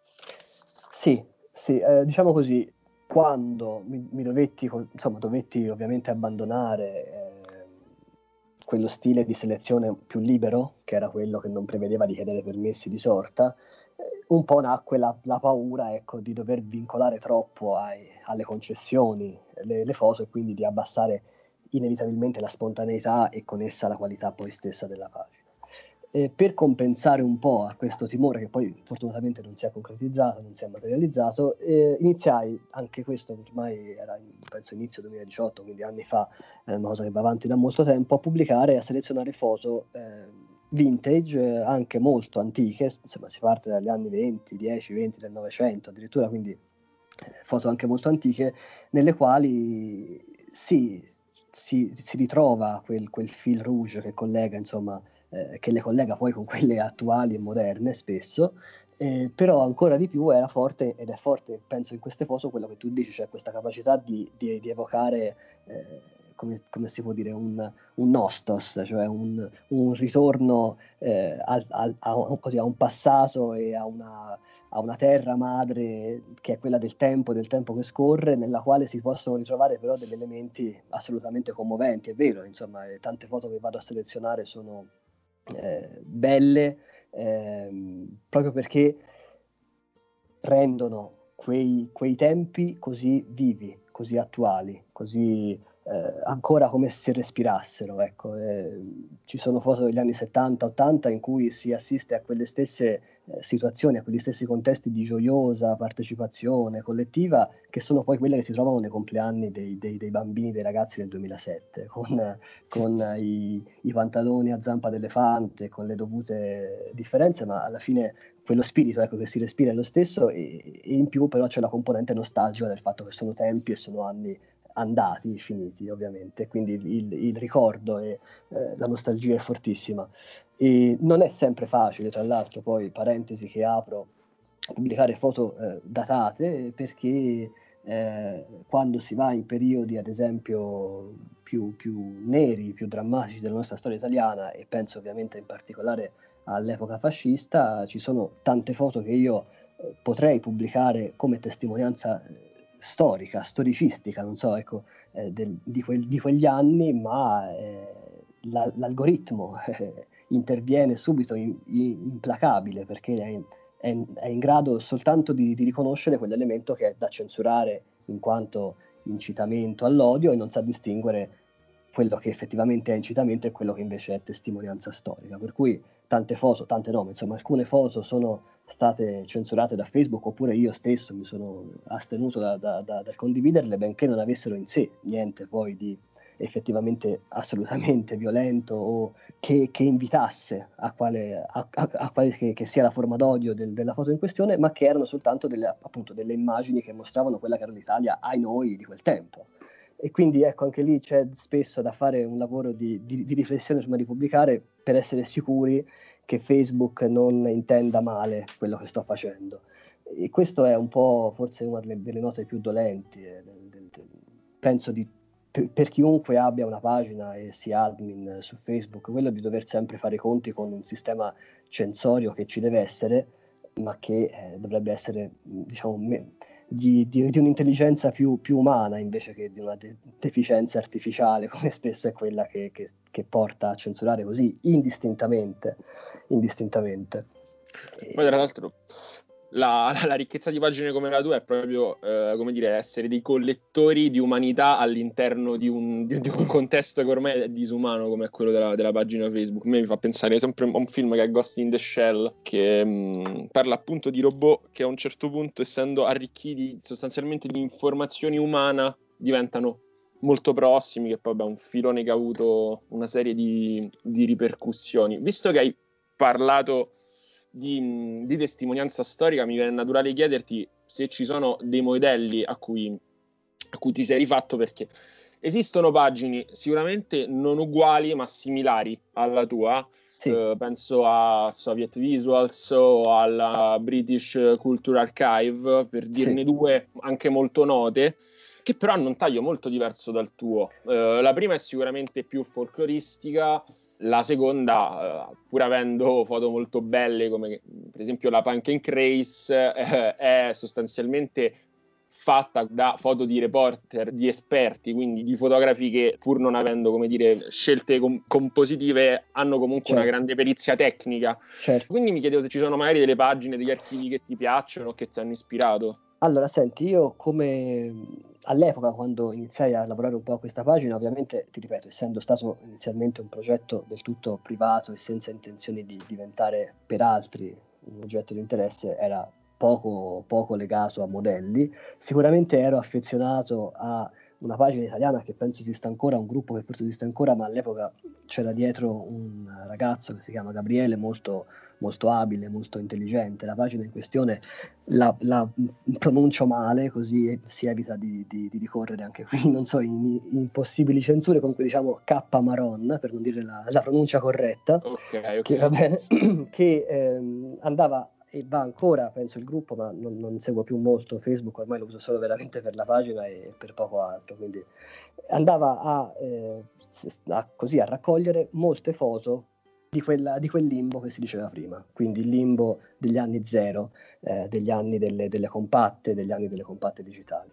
Sì, sì, eh, diciamo così, quando mi, mi dovetti, insomma, dovetti ovviamente abbandonare eh, quello stile di selezione più libero, che era quello che non prevedeva di chiedere permessi di sorta, eh, un po' nacque la, la paura, ecco, di dover vincolare troppo ai, alle concessioni le, le foto, e quindi di abbassare inevitabilmente la spontaneità e con essa la qualità poi stessa della pagina. Eh, per compensare un po' a questo timore, che poi fortunatamente non si è concretizzato, non si è materializzato, eh, iniziai, anche questo ormai era penso inizio duemiladiciotto, quindi anni fa, è una cosa che va avanti da molto tempo, a pubblicare e a selezionare foto eh, vintage, eh, anche molto antiche, insomma si parte dagli anni venti, dieci, venti del Novecento addirittura, quindi eh, foto anche molto antiche, nelle quali sì, si, si ritrova quel, quel fil rouge che collega, insomma, eh, che le collega poi con quelle attuali e moderne spesso, eh, però ancora di più era forte, ed è forte, penso, in queste foto quello che tu dici, cioè questa capacità di, di, di evocare, eh, come, come si può dire, un, un nostos, cioè un, un ritorno eh, al, al, a, un, così, a un passato e a una, a una terra madre che è quella del tempo, del tempo che scorre, nella quale si possono ritrovare però degli elementi assolutamente commoventi. È vero, insomma, eh, tante foto che vado a selezionare sono eh, belle, ehm, proprio perché rendono quei, quei tempi così vivi, così attuali, così eh, ancora come se respirassero, ecco. Eh, ci sono foto degli anni settanta ottanta in cui si assiste a quelle stesse eh, situazioni, a quegli stessi contesti di gioiosa partecipazione collettiva, che sono poi quelle che si trovano nei compleanni dei, dei, dei bambini, dei ragazzi del duemilasette, con, con i, i pantaloni a zampa d'elefante, con le dovute differenze, ma alla fine quello spirito, ecco, che si respira è lo stesso, e, e in più però c'è la componente nostalgica del fatto che sono tempi e sono anni andati, finiti ovviamente, quindi il, il, il ricordo e eh, la nostalgia è fortissima. E non è sempre facile, tra l'altro, poi parentesi che apro, pubblicare foto eh, datate, perché eh, quando si va in periodi, ad esempio, più, più neri, più drammatici della nostra storia italiana, e penso ovviamente in particolare all'epoca fascista, ci sono tante foto che io eh, potrei pubblicare come testimonianza eh, storica, storicistica, non so, ecco, eh, del, di, quel, di quegli anni, ma eh, la, l'algoritmo eh, interviene subito in, in, implacabile, perché è in, è, in, è in grado soltanto di, di riconoscere quell'elemento che è da censurare in quanto incitamento all'odio, e non sa distinguere quello che effettivamente è incitamento e quello che invece è testimonianza storica. Per cui tante foto, tante no, insomma alcune foto sono state censurate da Facebook, oppure io stesso mi sono astenuto da, da, da, dal condividerle, benché non avessero in sé niente poi di effettivamente assolutamente violento, o che, che invitasse a quale, a, a, a quale che, che sia la forma d'odio del, della foto in questione, ma che erano soltanto delle, appunto, delle immagini che mostravano quella che era l'Italia ai noi di quel tempo. E quindi ecco, anche lì c'è spesso da fare un lavoro di, di, di riflessione prima di pubblicare, per essere sicuri che Facebook non intenda male quello che sto facendo. E questo è un po' forse una delle, delle note più dolenti, eh, del, del, del, penso di, per, per chiunque abbia una pagina e sia admin su Facebook, quello di dover sempre fare i conti con un sistema censorio che ci deve essere, ma che eh, dovrebbe essere, diciamo, me, Di, di, di un'intelligenza più, più umana, invece che di una de- deficienza artificiale, come spesso è quella che, che, che porta a censurare così indistintamente. indistintamente. Poi tra l'altro la, la ricchezza di pagine come la tua è proprio eh, come dire, essere dei collettori di umanità all'interno di un, di, di un contesto che ormai è disumano, come è quello della, della pagina Facebook. A me mi fa pensare sempre a un film che è Ghost in the Shell, che mh, parla appunto di robot che a un certo punto, essendo arricchiti sostanzialmente di informazioni umana, diventano molto prossimi, che poi è un filone che ha avuto una serie di, di ripercussioni. Visto che hai parlato Di, di testimonianza storica, mi viene naturale chiederti se ci sono dei modelli a cui, a cui ti sei rifatto, perché esistono pagine sicuramente non uguali ma similari alla tua. Sì. Uh, penso a Soviet Visuals o alla British Culture Archive, per dirne sì. due anche molto note, che però hanno un taglio molto diverso dal tuo. Uh, la prima è sicuramente più folcloristica. La seconda, uh, pur avendo foto molto belle, come per esempio la Pancake Race, eh, è sostanzialmente fatta da foto di reporter, di esperti, quindi di fotografi che, pur non avendo, come dire, scelte com- compositive, hanno comunque certo. una grande perizia tecnica. Certo. Quindi mi chiedevo se ci sono magari delle pagine, degli archivi che ti piacciono, che ti hanno ispirato. Allora, senti, io come all'epoca, quando iniziai a lavorare un po' a questa pagina, ovviamente, ti ripeto, essendo stato inizialmente un progetto del tutto privato e senza intenzione di diventare per altri un oggetto di interesse, era poco, poco legato a modelli. Sicuramente ero affezionato a una pagina italiana che penso esista ancora, un gruppo che forse esiste ancora, ma all'epoca c'era dietro un ragazzo che si chiama Gabriele, molto molto abile, molto intelligente. La pagina in questione la, la pronuncio male, così si evita di, di, di ricorrere anche qui, non so, in, in possibili censure, comunque diciamo K Maron, per non dire la, la pronuncia corretta, okay, okay. che, va bene, che ehm, andava e va ancora, penso, il gruppo, ma non, non seguo più molto Facebook, ormai lo uso solo veramente per la pagina e per poco altro, quindi andava a, eh, a, così, a raccogliere molte foto Di, quella, di quel limbo che si diceva prima, quindi il limbo degli anni zero, eh, degli anni delle, delle compatte, degli anni delle compatte digitali.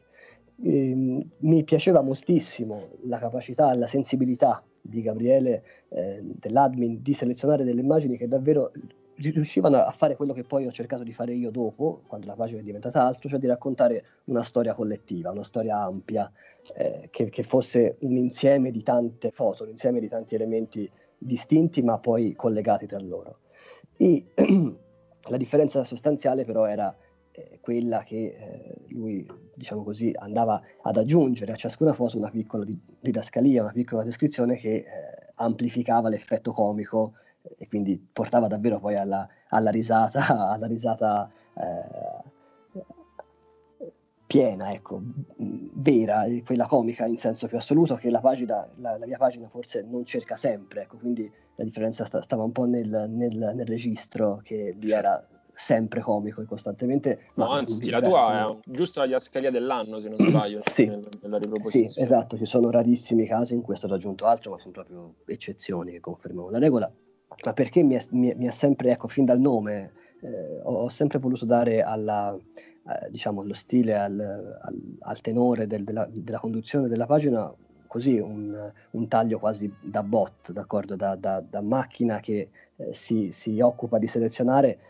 E, mi piaceva moltissimo la capacità, la sensibilità di Gabriele, eh, dell'admin, di selezionare delle immagini che davvero riuscivano a fare quello che poi ho cercato di fare io dopo, quando la pagina è diventata altro, cioè di raccontare una storia collettiva, una storia ampia, eh, che, che fosse un insieme di tante foto, un insieme di tanti elementi distinti ma poi collegati tra loro. E la differenza sostanziale però era eh, quella che eh, lui, diciamo così, andava ad aggiungere a ciascuna foto una piccola didascalia, una piccola descrizione che eh, amplificava l'effetto comico e quindi portava davvero poi alla, alla risata, alla risata eh, piena, ecco, vera, quella comica in senso più assoluto che la pagina, la, la mia pagina forse non cerca sempre, ecco, quindi la differenza sta, stava un po' nel, nel, nel registro, che lì era sempre comico e costantemente. No, ma, anzi, la tua è giusto la didascalia dell'anno, se non sbaglio, sì, nel, nella riproposizione. Sì, esatto, ci sono rarissimi casi in cui è stato aggiunto altro, ma sono proprio eccezioni che confermano la regola. Ma perché mi è, mi, mi è sempre, ecco, fin dal nome, eh, ho, ho sempre voluto dare alla, eh, diciamo, allo stile, al, al, al tenore del, della, della conduzione della pagina, così un, un taglio quasi da bot, d'accordo, da, da, da macchina che eh, si, si occupa di selezionare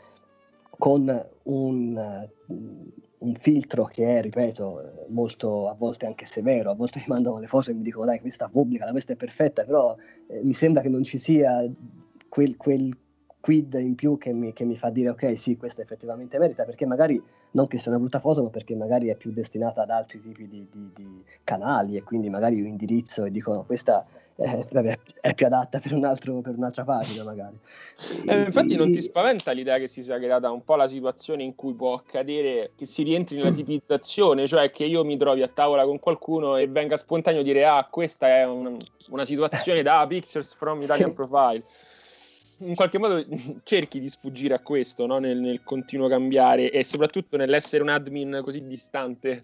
con un, un filtro che è, ripeto, molto, a volte anche severo. A volte mi mandano le foto e mi dicono dai, questa pubblicala, questa è perfetta, però eh, mi sembra che non ci sia quel, quel quid in più che mi, che mi fa dire ok, sì, questa effettivamente merita, perché magari non che sia una brutta foto, ma perché magari è più destinata ad altri tipi di, di, di canali, e quindi magari io indirizzo e dico no, questa eh, vabbè, è più adatta per, un altro, per un'altra pagina magari. Eh, infatti non ti spaventa l'idea che si sia creata un po' la situazione in cui può accadere che si rientri nella tipizzazione, cioè che io mi trovi a tavola con qualcuno e venga spontaneo dire ah, questa è una, una situazione da Pictures from Italian Sì. Profile. In qualche modo cerchi di sfuggire a questo, no? nel, nel continuo cambiare e soprattutto nell'essere un admin così distante.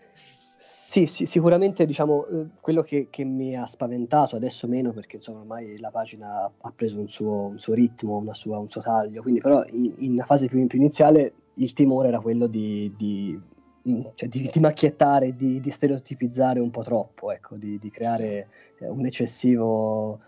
Sì, sì, sicuramente diciamo eh, quello che, che mi ha spaventato, adesso meno perché insomma ormai la pagina ha preso un suo, un suo ritmo, una sua, un suo taglio, quindi però in, in una fase più, più iniziale il timore era quello di, di, cioè di, di macchiettare, di, di stereotipizzare un po' troppo, ecco, di, di creare eh, un eccessivo,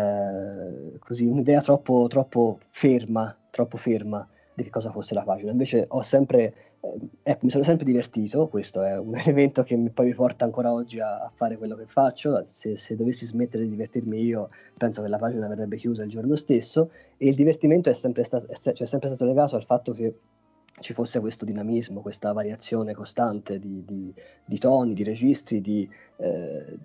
eh, così, un'idea troppo, troppo ferma, troppo ferma di che cosa fosse la pagina. Invece ho sempre ecco, mi sono sempre divertito, questo è un elemento che mi, poi mi porta ancora oggi a, a fare quello che faccio. Se, se dovessi smettere di divertirmi io, penso che la pagina verrebbe chiusa il giorno stesso, e il divertimento è sempre stato, è, cioè, sempre stato legato al fatto che ci fosse questo dinamismo, questa variazione costante di, di, di toni, di registri, di, eh,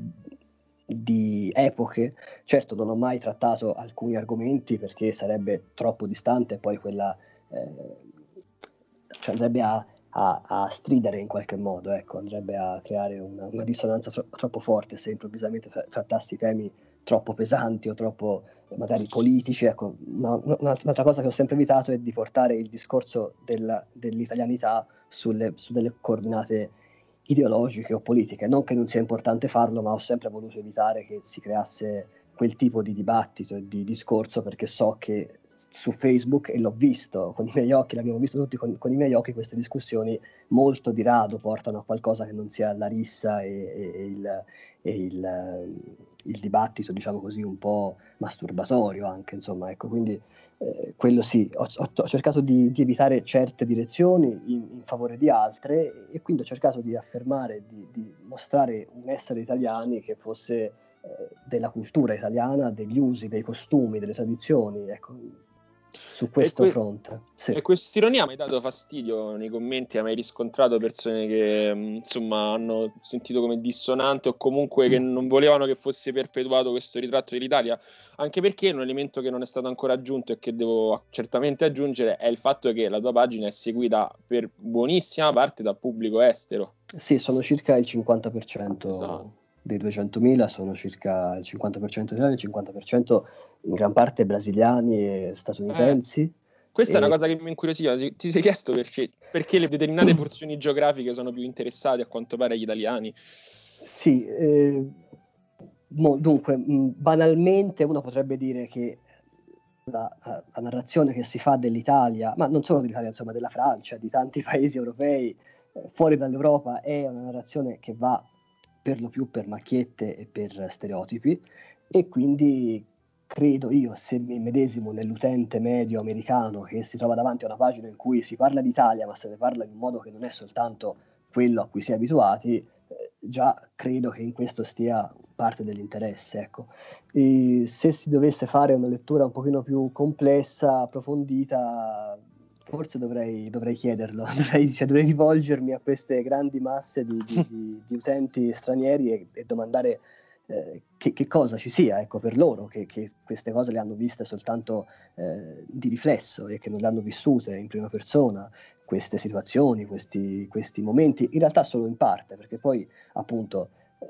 di epoche. Certo non ho mai trattato alcuni argomenti perché sarebbe troppo distante, poi quella... Eh, cioè andrebbe a, a, a stridere in qualche modo, ecco, andrebbe a creare una, una dissonanza tro- troppo forte se improvvisamente tra- trattassi temi troppo pesanti o troppo magari politici. Ecco, una, una, un'altra cosa che ho sempre evitato è di portare il discorso della, dell'italianità sulle, su delle coordinate ideologiche o politiche. Non che non sia importante farlo, ma ho sempre voluto evitare che si creasse quel tipo di dibattito e di discorso, perché so che su Facebook, e l'ho visto con i miei occhi, l'abbiamo visto tutti con, con i miei occhi, queste discussioni molto di rado portano a qualcosa che non sia la rissa e, e, il, e il, il dibattito, diciamo così, un po' masturbatorio anche, insomma, ecco, quindi eh, quello sì, ho, ho, ho cercato di, di evitare certe direzioni in, in favore di altre, e quindi ho cercato di affermare, di, di mostrare un essere italiani che fosse eh, della cultura italiana, degli usi, dei costumi, delle tradizioni, ecco, su questo e que- fronte. Sì. E quest'ironia mi ha dato fastidio nei commenti? Hai mai riscontrato persone che insomma hanno sentito come dissonante o comunque che non volevano che fosse perpetuato questo ritratto dell'Italia? Anche perché un elemento che non è stato ancora aggiunto e che devo certamente aggiungere è il fatto che la tua pagina è seguita per buonissima parte dal pubblico estero. Sì, sono circa il cinquanta per cento. Esatto. Dei duecentomila sono circa il cinquanta per cento italiani, il cinquanta per cento in gran parte brasiliani e statunitensi. Eh, questa e... è una cosa che mi incuriosiva. Ti sei chiesto perché, perché le determinate porzioni geografiche sono più interessate a quanto pare agli italiani? Sì, eh, mo, dunque, mh, banalmente uno potrebbe dire che la, la narrazione che si fa dell'Italia, ma non solo dell'Italia, insomma della Francia, di tanti paesi europei eh, fuori dall'Europa, è una narrazione che va per lo più per macchiette e per stereotipi, e quindi credo io, se mi medesimo nell'utente medio americano che si trova davanti a una pagina in cui si parla d'Italia, ma se ne parla in un modo che non è soltanto quello a cui si è abituati, eh, già credo che in questo stia parte dell'interesse, ecco. E se si dovesse fare una lettura un pochino più complessa, approfondita, forse dovrei, dovrei chiederlo, dovrei, cioè, dovrei rivolgermi a queste grandi masse di, di, di, di utenti stranieri e, e domandare eh, che, che cosa ci sia, ecco, per loro, che, che queste cose le hanno viste soltanto eh, di riflesso e che non le hanno vissute in prima persona, queste situazioni, questi, questi momenti, in realtà solo in parte, perché poi appunto eh,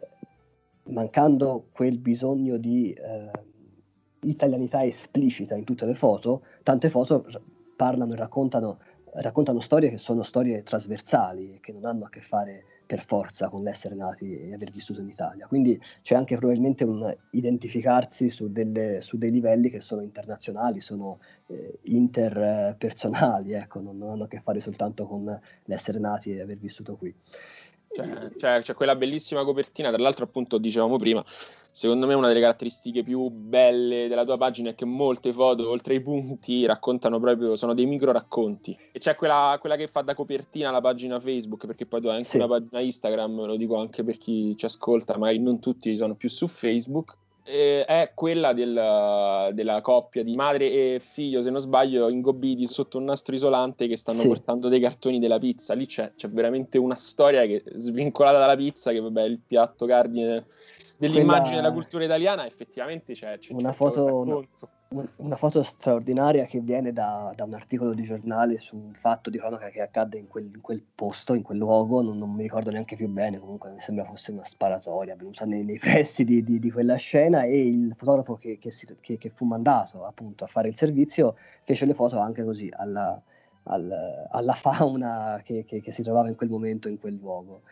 mancando quel bisogno di eh, italianità esplicita in tutte le foto, tante foto parlano e raccontano, raccontano storie che sono storie trasversali e che non hanno a che fare per forza con l'essere nati e aver vissuto in Italia. Quindi c'è anche probabilmente un identificarsi su, delle, su dei livelli che sono internazionali, sono eh, interpersonali, ecco, non, non hanno a che fare soltanto con l'essere nati e aver vissuto qui. C'è, c'è, c'è quella bellissima copertina, tra l'altro appunto dicevamo prima, secondo me una delle caratteristiche più belle della tua pagina è che molte foto, oltre ai punti, raccontano proprio, sono dei micro racconti. E c'è quella, quella che fa da copertina la pagina Facebook, perché poi tu hai anche sì. una pagina Instagram, lo dico anche per chi ci ascolta, magari non tutti sono più su Facebook. Eh, è quella del, della coppia di madre e figlio, se non sbaglio, ingobbiti sotto un nastro isolante che stanno sì. portando dei cartoni della pizza. Lì c'è, c'è veramente una storia che svincolata dalla pizza, che vabbè è il piatto cardine dell'immagine quella... della cultura italiana. Effettivamente c'è, c'è una, foto, una, una foto straordinaria che viene da, da un articolo di giornale su un fatto di cronaca che accadde in quel, in quel posto, in quel luogo, non, non mi ricordo neanche più bene, comunque mi sembra fosse una sparatoria avvenuta nei, nei pressi di, di, di quella scena, e il fotografo che, che, si, che, che fu mandato appunto a fare il servizio fece le foto anche così alla, al, alla fauna che, che, che si trovava in quel momento in quel luogo,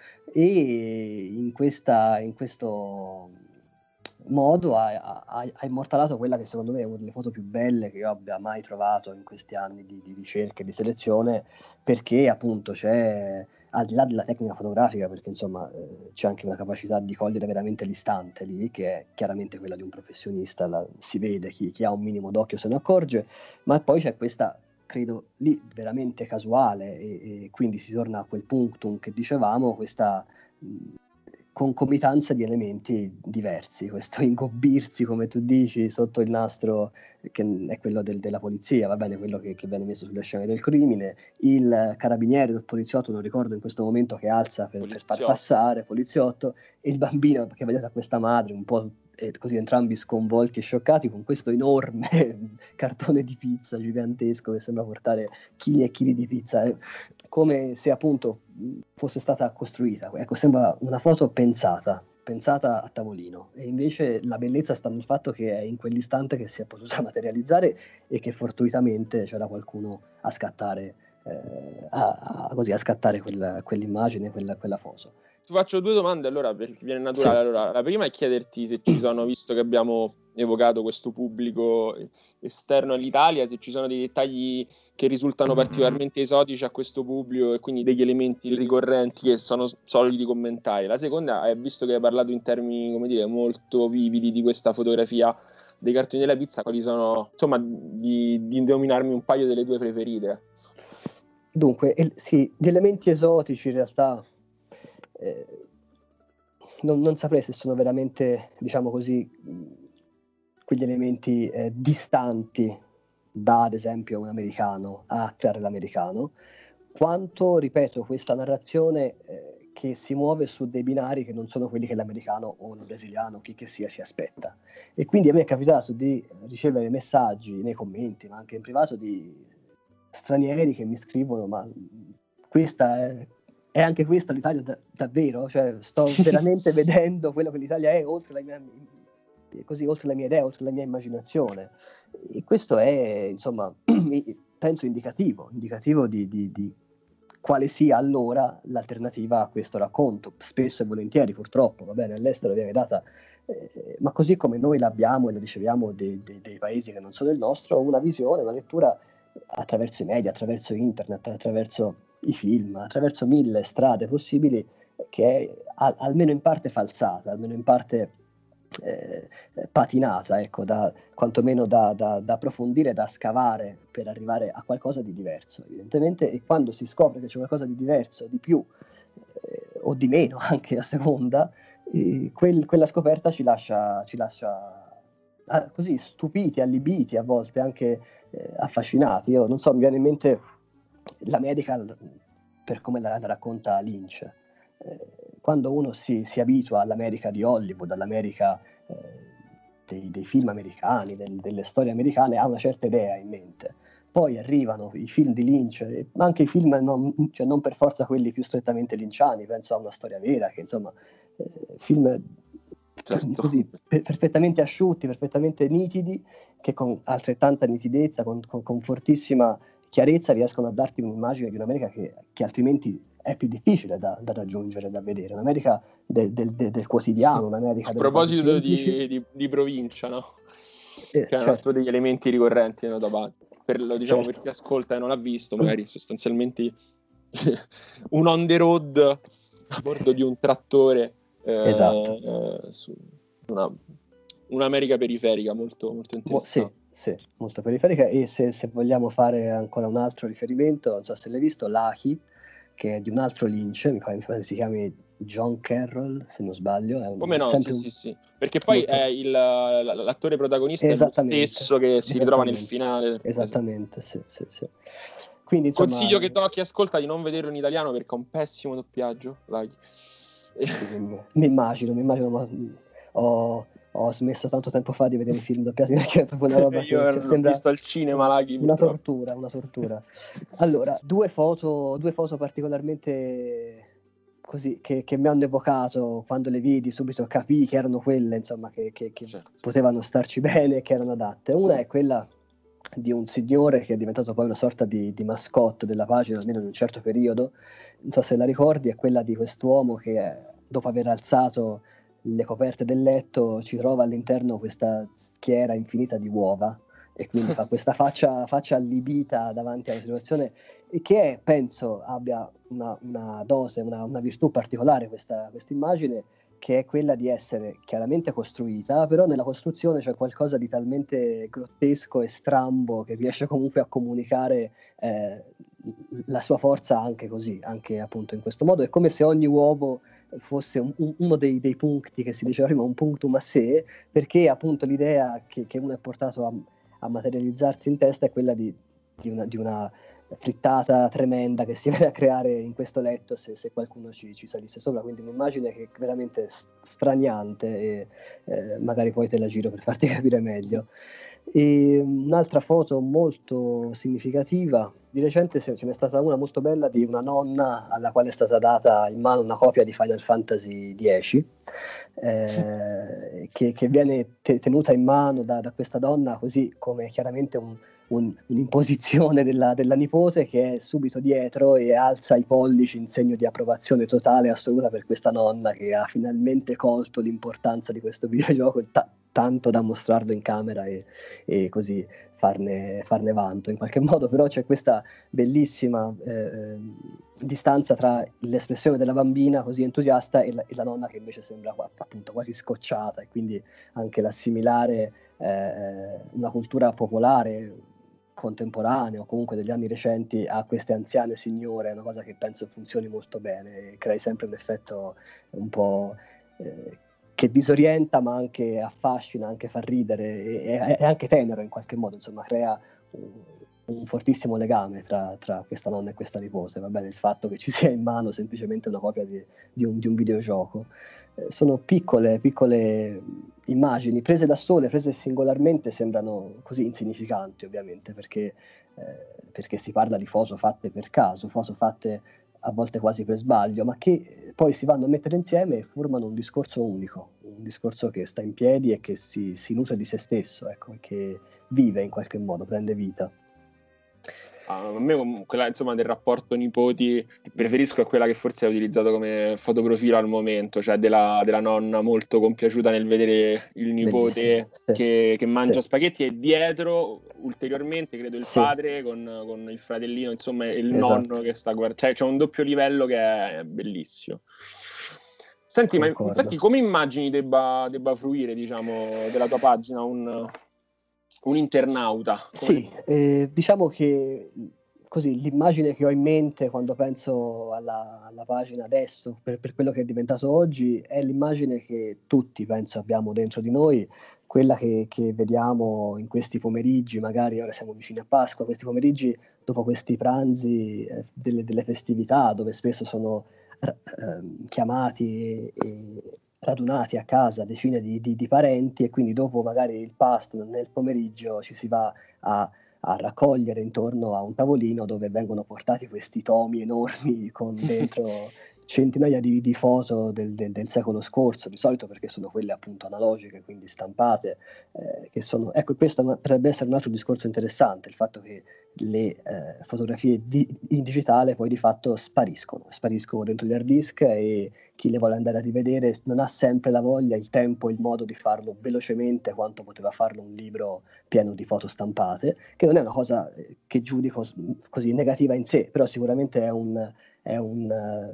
e in, questa, in questo modo ha, ha, ha immortalato quella che secondo me è una delle foto più belle che io abbia mai trovato in questi anni di, di ricerca e di selezione, perché appunto c'è, al di là della tecnica fotografica, perché insomma eh, c'è anche una capacità di cogliere veramente l'istante lì, che è chiaramente quella di un professionista, la, si vede, chi, chi ha un minimo d'occhio se ne accorge, ma poi c'è questa, credo, lì veramente casuale, e, e quindi si torna a quel punctum che dicevamo, questa mh, concomitanza di elementi diversi, questo ingobbirsi, come tu dici, sotto il nastro che è quello del, della polizia, va bene, quello che, che viene messo sulle scene del crimine, il carabiniere del poliziotto, non ricordo in questo momento, che alza per, per far passare, poliziotto, e il bambino che vedete a questa madre un po' eh, così entrambi sconvolti e scioccati con questo enorme cartone di pizza gigantesco che sembra portare chili e chili di pizza, eh, come se appunto fosse stata costruita. Ecco, sembra una foto pensata, pensata a tavolino, e invece la bellezza sta nel fatto che è in quell'istante che si è potuta materializzare e che fortuitamente c'era qualcuno a scattare, eh, a, a, così, a scattare quella, quell'immagine, quella, quella foto. Ti faccio due domande allora, perché viene naturale. Sì. Allora, la prima è chiederti se ci sono, visto che abbiamo evocato questo pubblico esterno all'Italia, se ci sono dei dettagli che risultano particolarmente esotici a questo pubblico e quindi degli elementi ricorrenti che sono soliti commentare. La seconda è, visto che hai parlato in termini, come dire, molto vividi di questa fotografia dei cartoni della pizza, quali sono, insomma, di, di nominarmi un paio delle tue preferite. Dunque, el- sì, gli elementi esotici in realtà eh, non, non saprei se sono veramente, diciamo così, quegli elementi eh, distanti da, ad esempio, un americano a creare l'americano, quanto, ripeto, questa narrazione eh, che si muove su dei binari che non sono quelli che l'americano o il brasiliano, chi che sia, si aspetta. E quindi a me è capitato di ricevere messaggi nei commenti, ma anche in privato, di stranieri che mi scrivono: ma questa è, è anche questa l'Italia da, davvero? Cioè, sto veramente vedendo quello che l'Italia è, oltre la mia, così, oltre la mia idea, oltre la mia immaginazione. E questo è, insomma, penso indicativo, indicativo di, di, di quale sia allora l'alternativa a questo racconto. Spesso e volentieri, purtroppo, va bene, all'estero viene data, eh, ma così come noi l'abbiamo e lo riceviamo dei, dei, dei paesi che non sono il nostro, una visione, una lettura attraverso i media, attraverso internet, attraverso i film, attraverso mille strade possibili, che è a, almeno in parte falsata, almeno in parte eh, patinata, ecco, da, quantomeno da, da, da approfondire, da scavare per arrivare a qualcosa di diverso, evidentemente, e quando si scopre che c'è qualcosa di diverso, di più, eh, o di meno, anche a seconda, eh, quel, quella scoperta ci lascia, ci lascia ah, così stupiti, allibiti, a volte anche eh, affascinati. Io non so, mi viene in mente l'America per come la, la racconta Lynch. Eh, quando uno si, si abitua all'America di Hollywood, all'America eh, dei, dei film americani, del, delle storie americane, ha una certa idea in mente. Poi arrivano i film di Lynch, ma anche i film non, cioè non per forza quelli più strettamente lynchiani, penso a Una storia vera, che insomma, eh, film certo. così per, perfettamente asciutti, perfettamente nitidi, che con altrettanta nitidezza, con, con, con fortissima chiarezza riescono a darti un'immagine di un'America che, che altrimenti è più difficile da, da raggiungere, da vedere, un'America del, del, del, del quotidiano, un'America a delle cose proposito semplici. di, di, di provincia, no? Eh, che è un certo. altro degli elementi ricorrenti nella tua per, lo diciamo Certo. per chi ascolta e non l'ha visto, magari sostanzialmente un on the road a bordo di un trattore eh, Esatto. eh, su una, un'America periferica molto, molto interessante. Sì, sì, molto periferica. E se, se vogliamo fare ancora un altro riferimento, non so se l'hai visto, Lucky, che è di un altro Lynch, mi pare, mi pare si chiami John Carroll, se non sbaglio. È un, Come no, sempre sì, un... sì, sì. Perché poi molto... è il, l'attore protagonista è lo stesso che si ritrova nel finale. Esattamente, sì, sì, sì. Quindi, insomma, consiglio che do a chi ascolta di non vederlo in italiano perché ha un pessimo doppiaggio. Like. Sì, mi, mi immagino, mi immagino, ma ho, ho smesso tanto tempo fa di vedere i film doppiati perché è proprio una roba Io che l'ho sembra visto al cinema, Laghi, una purtroppo. tortura, una tortura. Allora, due foto, due foto particolarmente così che, che mi hanno evocato quando le vidi, subito capii che erano quelle, insomma, che, che, che certo. potevano starci bene, che erano adatte. Una è quella di un signore che è diventato poi una sorta di, di mascotte della pagina, almeno in un certo periodo. Non so se la ricordi, è quella di quest'uomo che dopo aver alzato le coperte del letto ci trova all'interno questa schiera infinita di uova e quindi fa questa faccia, faccia allibita davanti alla situazione, e che penso abbia una, una dose, una, una virtù particolare questa immagine, che è quella di essere chiaramente costruita, però nella costruzione c'è qualcosa di talmente grottesco e strambo che riesce comunque a comunicare eh, la sua forza anche così, anche appunto in questo modo. È come se ogni uovo fosse un, un, uno dei, dei punti che si diceva prima, un punctum a sé, perché appunto l'idea che, che uno è portato a, a materializzarsi in testa è quella di, di, una, di una frittata tremenda che si viene a creare in questo letto se, se qualcuno ci, ci salisse sopra. Quindi un'immagine che è veramente straniante e eh, magari poi te la giro per farti capire meglio. E un'altra foto molto significativa, di recente ce n'è stata una molto bella di una nonna alla quale è stata data in mano una copia di Final Fantasy dieci, eh, che, che viene te- tenuta in mano da, da questa donna, così come chiaramente un, un, un'imposizione della, della nipote, che è subito dietro e alza i pollici in segno di approvazione totale e assoluta per questa nonna che ha finalmente colto l'importanza di questo videogioco, ta- tanto da mostrarlo in camera e, e così farne, farne vanto in qualche modo. Però c'è questa bellissima eh, distanza tra l'espressione della bambina così entusiasta e la, e la nonna che invece sembra appunto quasi scocciata, e quindi anche l'assimilare eh, una cultura popolare contemporanea o comunque degli anni recenti a queste anziane signore è una cosa che penso funzioni molto bene e crei sempre un effetto un po' eh, che disorienta ma anche affascina, anche fa ridere e è anche tenero in qualche modo, insomma crea un, un fortissimo legame tra, tra questa nonna e questa nipote. Va bene il fatto che ci sia in mano semplicemente una copia di, di, un, di un videogioco. Eh, sono piccole, piccole immagini prese da sole, prese singolarmente, sembrano così insignificanti ovviamente perché, eh, perché si parla di foto fatte per caso, foto fatte a volte quasi per sbaglio, ma che poi si vanno a mettere insieme e formano un discorso unico, un discorso che sta in piedi e che si, si nutre di se stesso, ecco, che vive in qualche modo, prende vita. A me quella insomma del rapporto nipoti che preferisco è quella che forse è utilizzato come fotoprofilo al momento, cioè della, della nonna molto compiaciuta nel vedere il nipote sì, che, che mangia sì. spaghetti e dietro ulteriormente credo il sì. padre con, con il fratellino, insomma il Esatto. nonno che sta guardando, cioè c'è un doppio livello che è bellissimo. Senti, ma Concordo. infatti come immagini debba, debba fruire, diciamo, della tua pagina un, un internauta? Come... Sì, eh, diciamo che così l'immagine che ho in mente quando penso alla, alla pagina adesso, per, per quello che è diventato oggi, è l'immagine che tutti, penso, abbiamo dentro di noi, quella che, che vediamo in questi pomeriggi, magari ora siamo vicini a Pasqua, questi pomeriggi dopo questi pranzi eh, delle, delle festività, dove spesso sono eh, ehm, chiamati e, e radunati a casa decine di, di, di parenti, e quindi dopo magari il pasto nel pomeriggio ci si va a, a raccogliere intorno a un tavolino dove vengono portati questi tomi enormi con dentro centinaia di, di foto del, del, del secolo scorso, di solito perché sono quelle appunto analogiche, quindi stampate, eh, che sono, ecco, questo potrebbe essere un altro discorso interessante, il fatto che le eh, fotografie di, in digitale poi di fatto spariscono, spariscono dentro gli hard disk, e chi le vuole andare a rivedere non ha sempre la voglia, il tempo, il modo di farlo velocemente quanto poteva farlo un libro pieno di foto stampate, che non è una cosa che giudico così negativa in sé, però sicuramente è un, è un,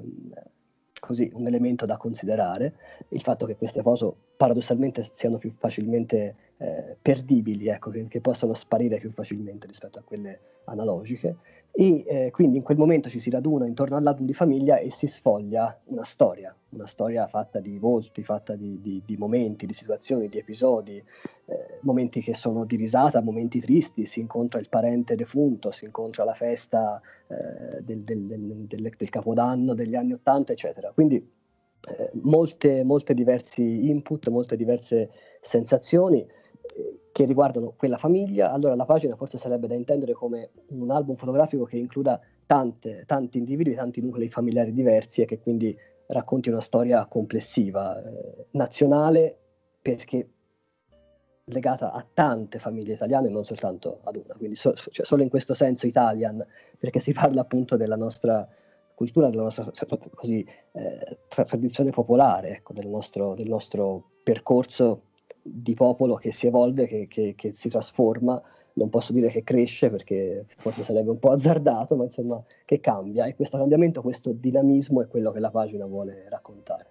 così, un elemento da considerare, il fatto che queste foto paradossalmente siano più facilmente eh, perdibili, ecco, che, che possano sparire più facilmente rispetto a quelle analogiche, e eh, quindi in quel momento ci si raduna intorno all'album di famiglia e si sfoglia una storia, una storia fatta di volti, fatta di, di, di momenti, di situazioni, di episodi, eh, momenti che sono di risata, momenti tristi, si incontra il parente defunto, si incontra la festa eh, del, del, del, del, del Capodanno degli anni Ottanta, eccetera. Quindi eh, molte, molte diversi input, molte diverse sensazioni che riguardano quella famiglia. Allora la pagina forse sarebbe da intendere come un album fotografico che includa tante, tanti individui, tanti nuclei familiari diversi, e che quindi racconti una storia complessiva, eh, nazionale, perché legata a tante famiglie italiane, non soltanto ad una, quindi so, cioè solo in questo senso Italian, perché si parla appunto della nostra cultura, della nostra così, eh, tradizione popolare, ecco, del nostro, del nostro percorso di popolo che si evolve, che, che, che si trasforma, non posso dire che cresce perché forse sarebbe un po' azzardato, ma insomma che cambia, e questo cambiamento, questo dinamismo è quello che la pagina vuole raccontare.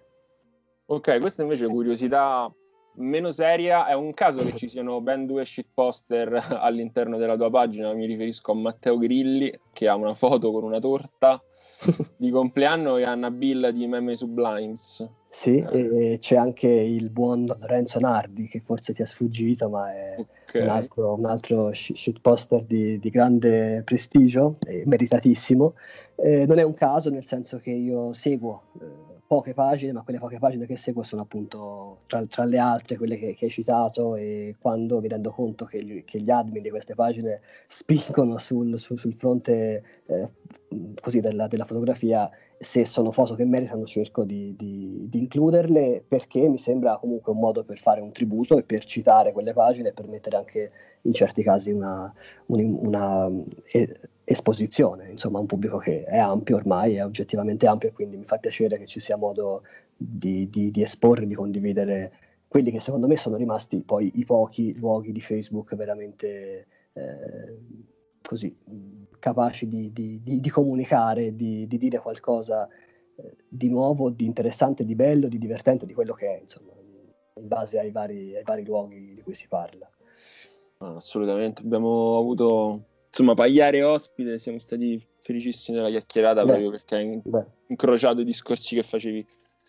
Ok, questa invece è curiosità meno seria, è un caso che ci siano ben due shitposter all'interno della tua pagina, mi riferisco a Matteo Grilli che ha una foto con una torta di compleanno e a Nabil di Meme Sublimes. Sì, e c'è anche il buon Lorenzo Nardi, che forse ti è sfuggito, ma è okay. un altro, un altro shitposter di, di grande prestigio, e meritatissimo. Eh, non è un caso, nel senso che io seguo eh, poche pagine, ma quelle poche pagine che seguo sono appunto tra, tra le altre quelle che, che hai citato, e quando mi rendo conto che gli, che gli admin di queste pagine spingono sul, sul, sul fronte eh, così della, della fotografia, se sono foto che meritano cerco di, di, di includerle, perché mi sembra comunque un modo per fare un tributo e per citare quelle pagine e per mettere anche in certi casi una, un, una eh, esposizione, insomma, a un pubblico che è ampio ormai, è oggettivamente ampio, e quindi mi fa piacere che ci sia modo di, di, di esporre, di condividere quelli che secondo me sono rimasti poi i pochi luoghi di Facebook veramente eh, così capaci di, di, di, di comunicare, di, di dire qualcosa eh, di nuovo, di interessante, di bello, di divertente, di quello che è, insomma, in base ai vari, ai vari luoghi di cui si parla. Assolutamente, abbiamo avuto insomma Pagliare ospite, siamo stati felicissimi della chiacchierata. Beh, proprio perché hai beh. incrociato i discorsi che facevi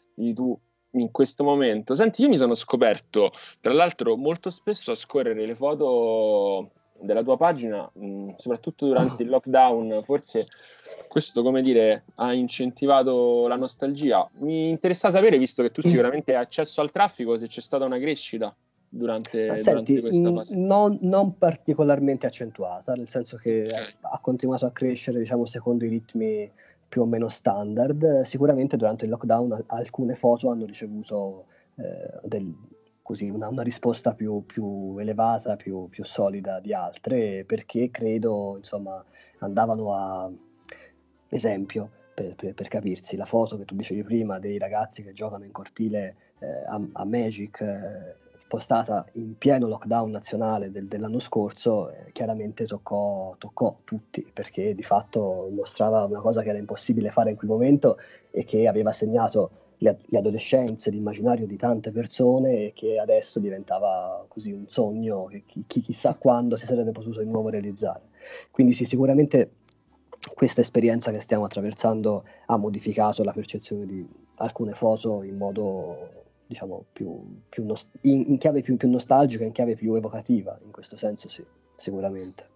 tu in questo momento. Senti, io mi sono scoperto, tra l'altro, molto spesso a scorrere le foto della tua pagina, mh, soprattutto durante il lockdown, forse questo, come dire, ha incentivato la nostalgia. Mi interessa sapere, visto che tu sicuramente hai accesso al traffico, se c'è stata una crescita durante, Ma durante senti, questa fase. Non, non particolarmente accentuata, nel senso che okay. ha, ha continuato a crescere, diciamo, secondo i ritmi più o meno standard. Sicuramente durante il lockdown alcune foto hanno ricevuto eh, del, così, una, una risposta più, più elevata, più, più solida di altre, perché credo, insomma, andavano a esempio, per, per, per capirsi, la foto che tu dicevi prima dei ragazzi che giocano in cortile eh, a, a Magic, eh, postata in pieno lockdown nazionale del, dell'anno scorso, eh, chiaramente toccò, toccò tutti, perché di fatto mostrava una cosa che era impossibile fare in quel momento e che aveva segnato le, le adolescenze, l'immaginario di tante persone, e che adesso diventava così un sogno che chi, chi chissà quando si sarebbe potuto di nuovo realizzare. Quindi sì, sicuramente questa esperienza che stiamo attraversando ha modificato la percezione di alcune foto in modo, diciamo, più, più nost- in, in chiave più, più nostalgica, in chiave più evocativa, in questo senso sì, sicuramente.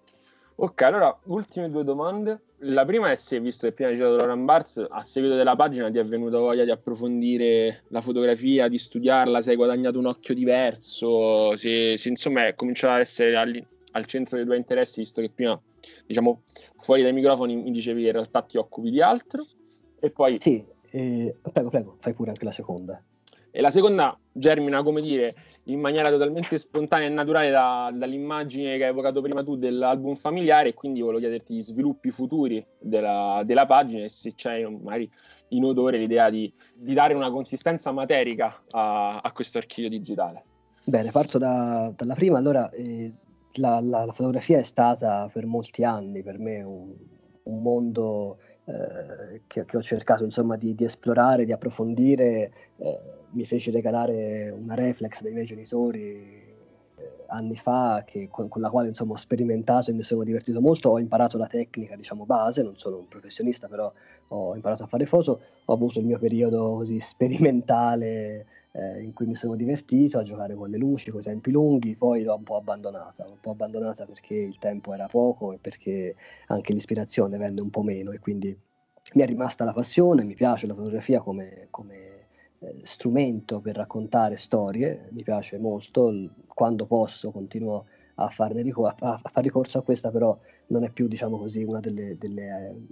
Ok, allora, ultime due domande. La prima è se, visto che prima hai citato Laurent Barthes, a seguito della pagina ti è venuta voglia di approfondire la fotografia, di studiarla, se hai guadagnato un occhio diverso, se, se insomma è cominciato ad essere al, al centro dei tuoi interessi, visto che prima, diciamo, fuori dai microfoni mi dicevi che in realtà ti occupi di altro. E poi... Sì, eh, prego, prego, fai pure anche la seconda. E la seconda germina, come dire, in maniera totalmente spontanea e naturale da, dall'immagine che hai evocato prima tu dell'album familiare, e quindi volevo chiederti gli sviluppi futuri della, della pagina e se c'è magari in odore l'idea di, di dare una consistenza materica a, a questo archivio digitale. Bene, parto da, dalla prima. Allora, eh, la, la, la fotografia è stata per molti anni per me un, un mondo eh, che, che ho cercato insomma di, di esplorare, di approfondire. Eh, mi fece regalare una reflex dai miei genitori eh, anni fa, che, con, con la quale insomma ho sperimentato e mi sono divertito molto. Ho imparato la tecnica, diciamo, base, non sono un professionista, però ho imparato a fare foto. Ho avuto il mio periodo così sperimentale eh, in cui mi sono divertito a giocare con le luci, con i tempi lunghi. Poi l'ho un po' abbandonata, un po' abbandonata perché il tempo era poco e perché anche l'ispirazione venne un po' meno, e quindi mi è rimasta la passione. Mi piace la fotografia come, come eh, strumento per raccontare storie, mi piace molto. Quando posso continuo a farne ricor- a, a fare ricorso a questa, però non è più, diciamo così, una delle, delle eh,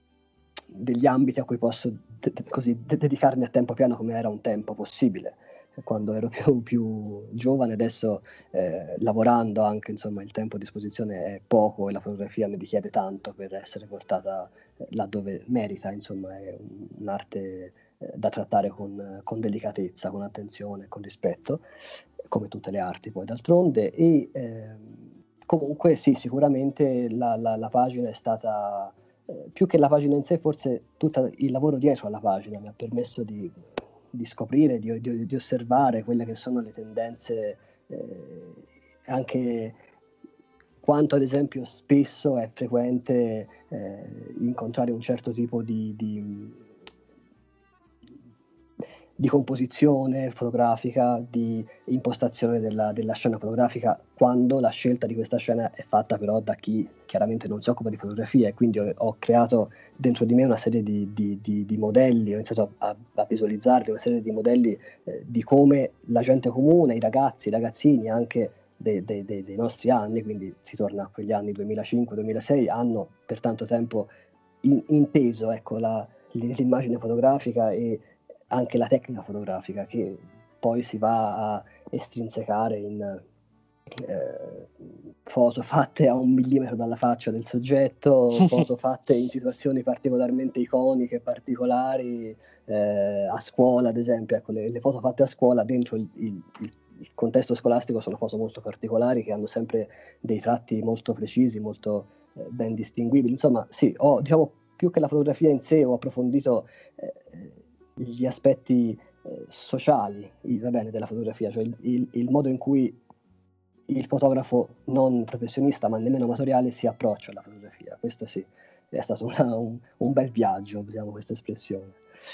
degli ambiti a cui posso de- de- così de- dedicarmi a tempo pieno come era un tempo possibile quando ero più, più giovane. Adesso eh, lavorando anche, insomma, il tempo a disposizione è poco e la fotografia mi richiede tanto per essere portata eh, laddove merita. Insomma, è un, un'arte eh, da trattare con, con delicatezza, con attenzione, con rispetto, come tutte le arti poi d'altronde. E ehm, comunque sì, sicuramente la, la, la pagina è stata, eh, più che la pagina in sé, forse tutto il lavoro dietro alla pagina mi ha permesso di, di scoprire, di, di, di osservare quelle che sono le tendenze, eh, anche quanto ad esempio spesso è frequente eh, incontrare un certo tipo di, di, di composizione fotografica, di impostazione della, della scena fotografica, quando la scelta di questa scena è fatta però da chi chiaramente non si occupa di fotografia. E quindi ho, ho creato dentro di me una serie di, di, di, di modelli, ho iniziato a, a visualizzarli, una serie di modelli eh, di come la gente comune, i ragazzi, i ragazzini anche dei, dei, dei, dei nostri anni, quindi si torna a quegli anni duemilacinque duemilasei, hanno per tanto tempo in, inteso, ecco, la, l'immagine fotografica e anche la tecnica fotografica, che poi si va a estrinsecare in eh, foto fatte a un millimetro dalla faccia del soggetto, foto fatte in situazioni particolarmente iconiche, particolari, eh, a scuola ad esempio. Ecco, le, le foto fatte a scuola dentro il, il, il contesto scolastico sono foto molto particolari, che hanno sempre dei tratti molto precisi, molto eh, ben distinguibili. Insomma, sì, ho, diciamo, più che la fotografia in sé, ho approfondito eh, gli aspetti eh, sociali, il, va bene, della fotografia, cioè il, il, il modo in cui il fotografo non professionista, ma nemmeno amatoriale, si approccia alla fotografia. Questo sì, è stato una, un, un bel viaggio, usiamo questa espressione.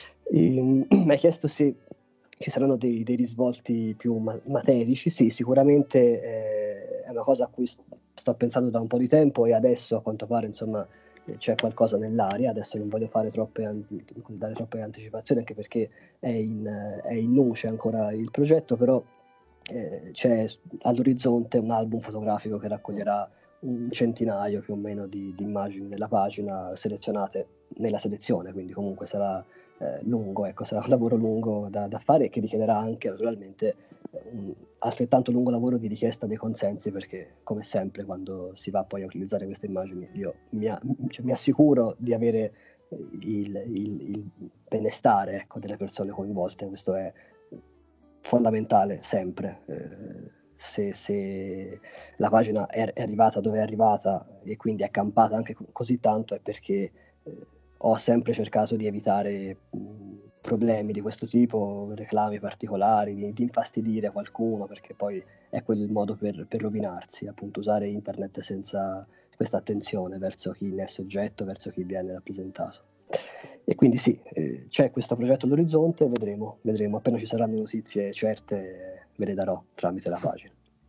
Mi hai chiesto se ci saranno dei, dei risvolti più ma- materici. Sì, sicuramente eh, è una cosa a cui sto pensando da un po' di tempo, e adesso a quanto pare, insomma, c'è qualcosa nell'aria. Adesso non voglio fare troppe, dare troppe anticipazioni, anche perché è in, è in nuce ancora il progetto, però eh, c'è all'orizzonte un album fotografico che raccoglierà un centinaio più o meno di, di immagini della pagina, selezionate nella selezione, quindi comunque sarà eh, lungo, ecco, sarà un lavoro lungo da, da fare, e che richiederà anche naturalmente un altrettanto lungo lavoro di richiesta dei consensi, perché come sempre quando si va poi a utilizzare queste immagini io mi, cioè, mi assicuro di avere il, il, il benestare, ecco, delle persone coinvolte. Questo è fondamentale sempre. Eh, se, se la pagina è, è arrivata dove è arrivata e quindi è campata anche così tanto, è perché eh, ho sempre cercato di evitare mh, problemi di questo tipo, reclami particolari, di, di infastidire qualcuno, perché poi è quello il modo per, per rovinarsi, appunto usare internet senza questa attenzione verso chi ne è soggetto, verso chi viene rappresentato. E quindi sì, eh, c'è questo progetto all'orizzonte, vedremo, vedremo, appena ci saranno notizie certe ve le darò tramite la pagina.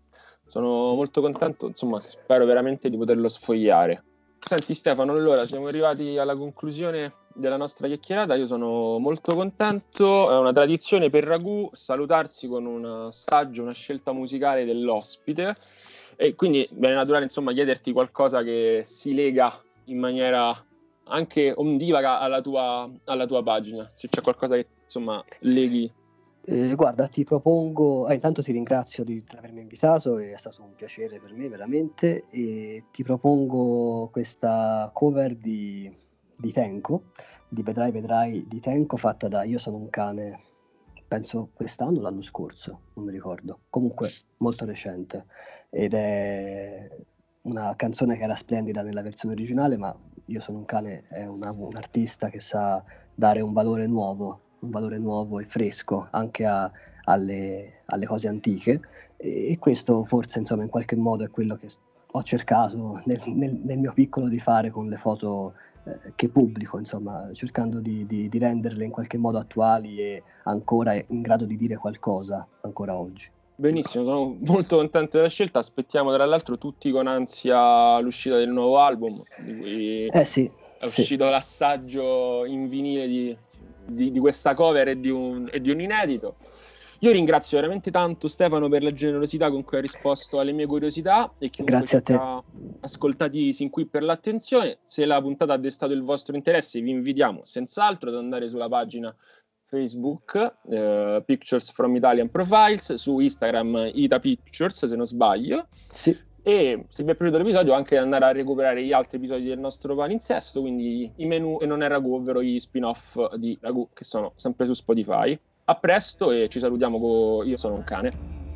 Sono molto contento, insomma, spero veramente di poterlo sfogliare. Senti Stefano, allora siamo arrivati alla conclusione della nostra chiacchierata, io sono molto contento, è una tradizione per Ragù salutarsi con un assaggio, una scelta musicale dell'ospite, e quindi viene naturale insomma chiederti qualcosa che si lega in maniera anche ondivaga alla tua, alla tua pagina, se c'è qualcosa che insomma leghi. Eh, guarda, ti propongo, ah, intanto ti ringrazio di avermi invitato, è stato un piacere per me veramente, e ti propongo questa cover di, di Tenco, di Vedrai Vedrai di Tenco, fatta da Io sono un cane, penso quest'anno o l'anno scorso, non mi ricordo, comunque molto recente, ed è una canzone che era splendida nella versione originale, ma Io sono un cane è una, un artista che sa dare un valore nuovo, un valore nuovo e fresco anche a, alle, alle cose antiche, e, e questo forse insomma in qualche modo è quello che ho cercato nel, nel, nel mio piccolo di fare con le foto eh, che pubblico, insomma cercando di, di, di renderle in qualche modo attuali e ancora in grado di dire qualcosa ancora oggi. Benissimo, sono molto contento della scelta, aspettiamo tra l'altro tutti con ansia l'uscita del nuovo album, di cui eh sì, è uscito sì. l'assaggio in vinile di Di, di questa cover e di, un, e di un inedito. Io ringrazio veramente tanto Stefano per la generosità con cui ha risposto alle mie curiosità, e chiunque Grazie a te. ci ha ascoltati sin qui per l'attenzione. Se la puntata ha destato il vostro interesse, vi invitiamo senz'altro ad andare sulla pagina Facebook eh, Pictures from Italian Profiles, su Instagram Ita Pictures se non sbaglio. Sì. E se vi è piaciuto l'episodio, anche andare a recuperare gli altri episodi del nostro palinsesto, quindi i menu e non è Ragù, ovvero gli spin-off di Ragù, che sono sempre su Spotify. A presto e ci salutiamo con Io sono un cane.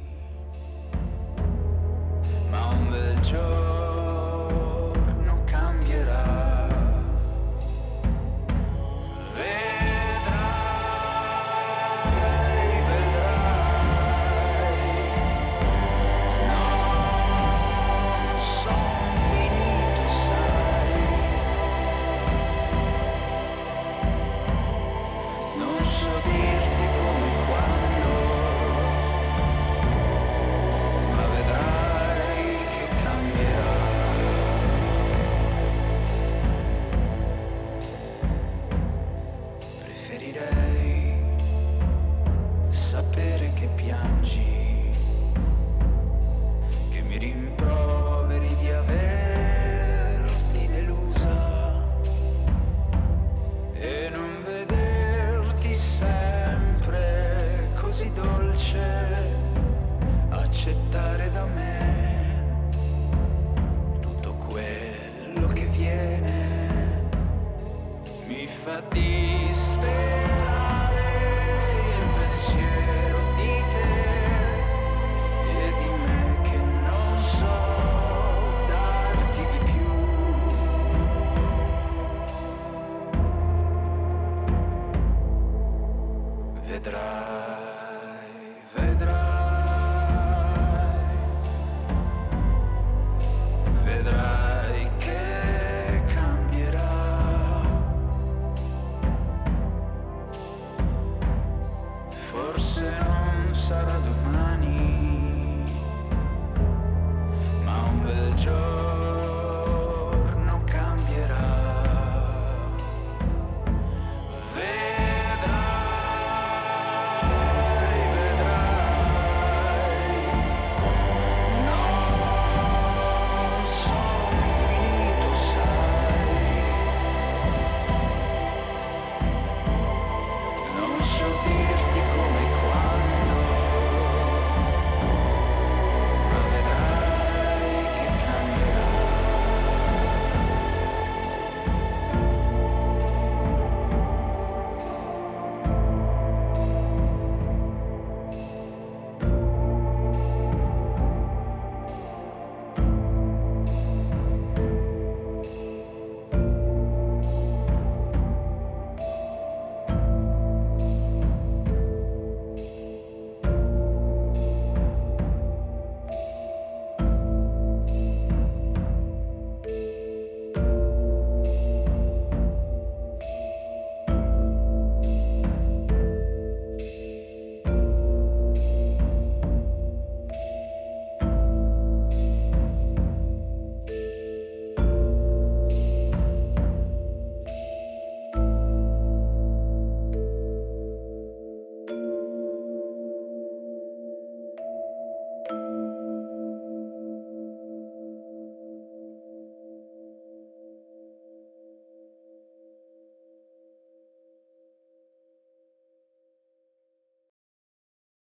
Ma un bel giorno cambierà, vedrai, vedrai, non sono finito, sai, non so dirti come quando, ma vedrai che cambierà. Preferirei sapere che piangi, che mi rimproveri di averti delusa e non vederti sempre così dolce, accettare da me tutto quello che viene mi fa disperare il pensiero di te e di me che non so darti di più. Vedrai.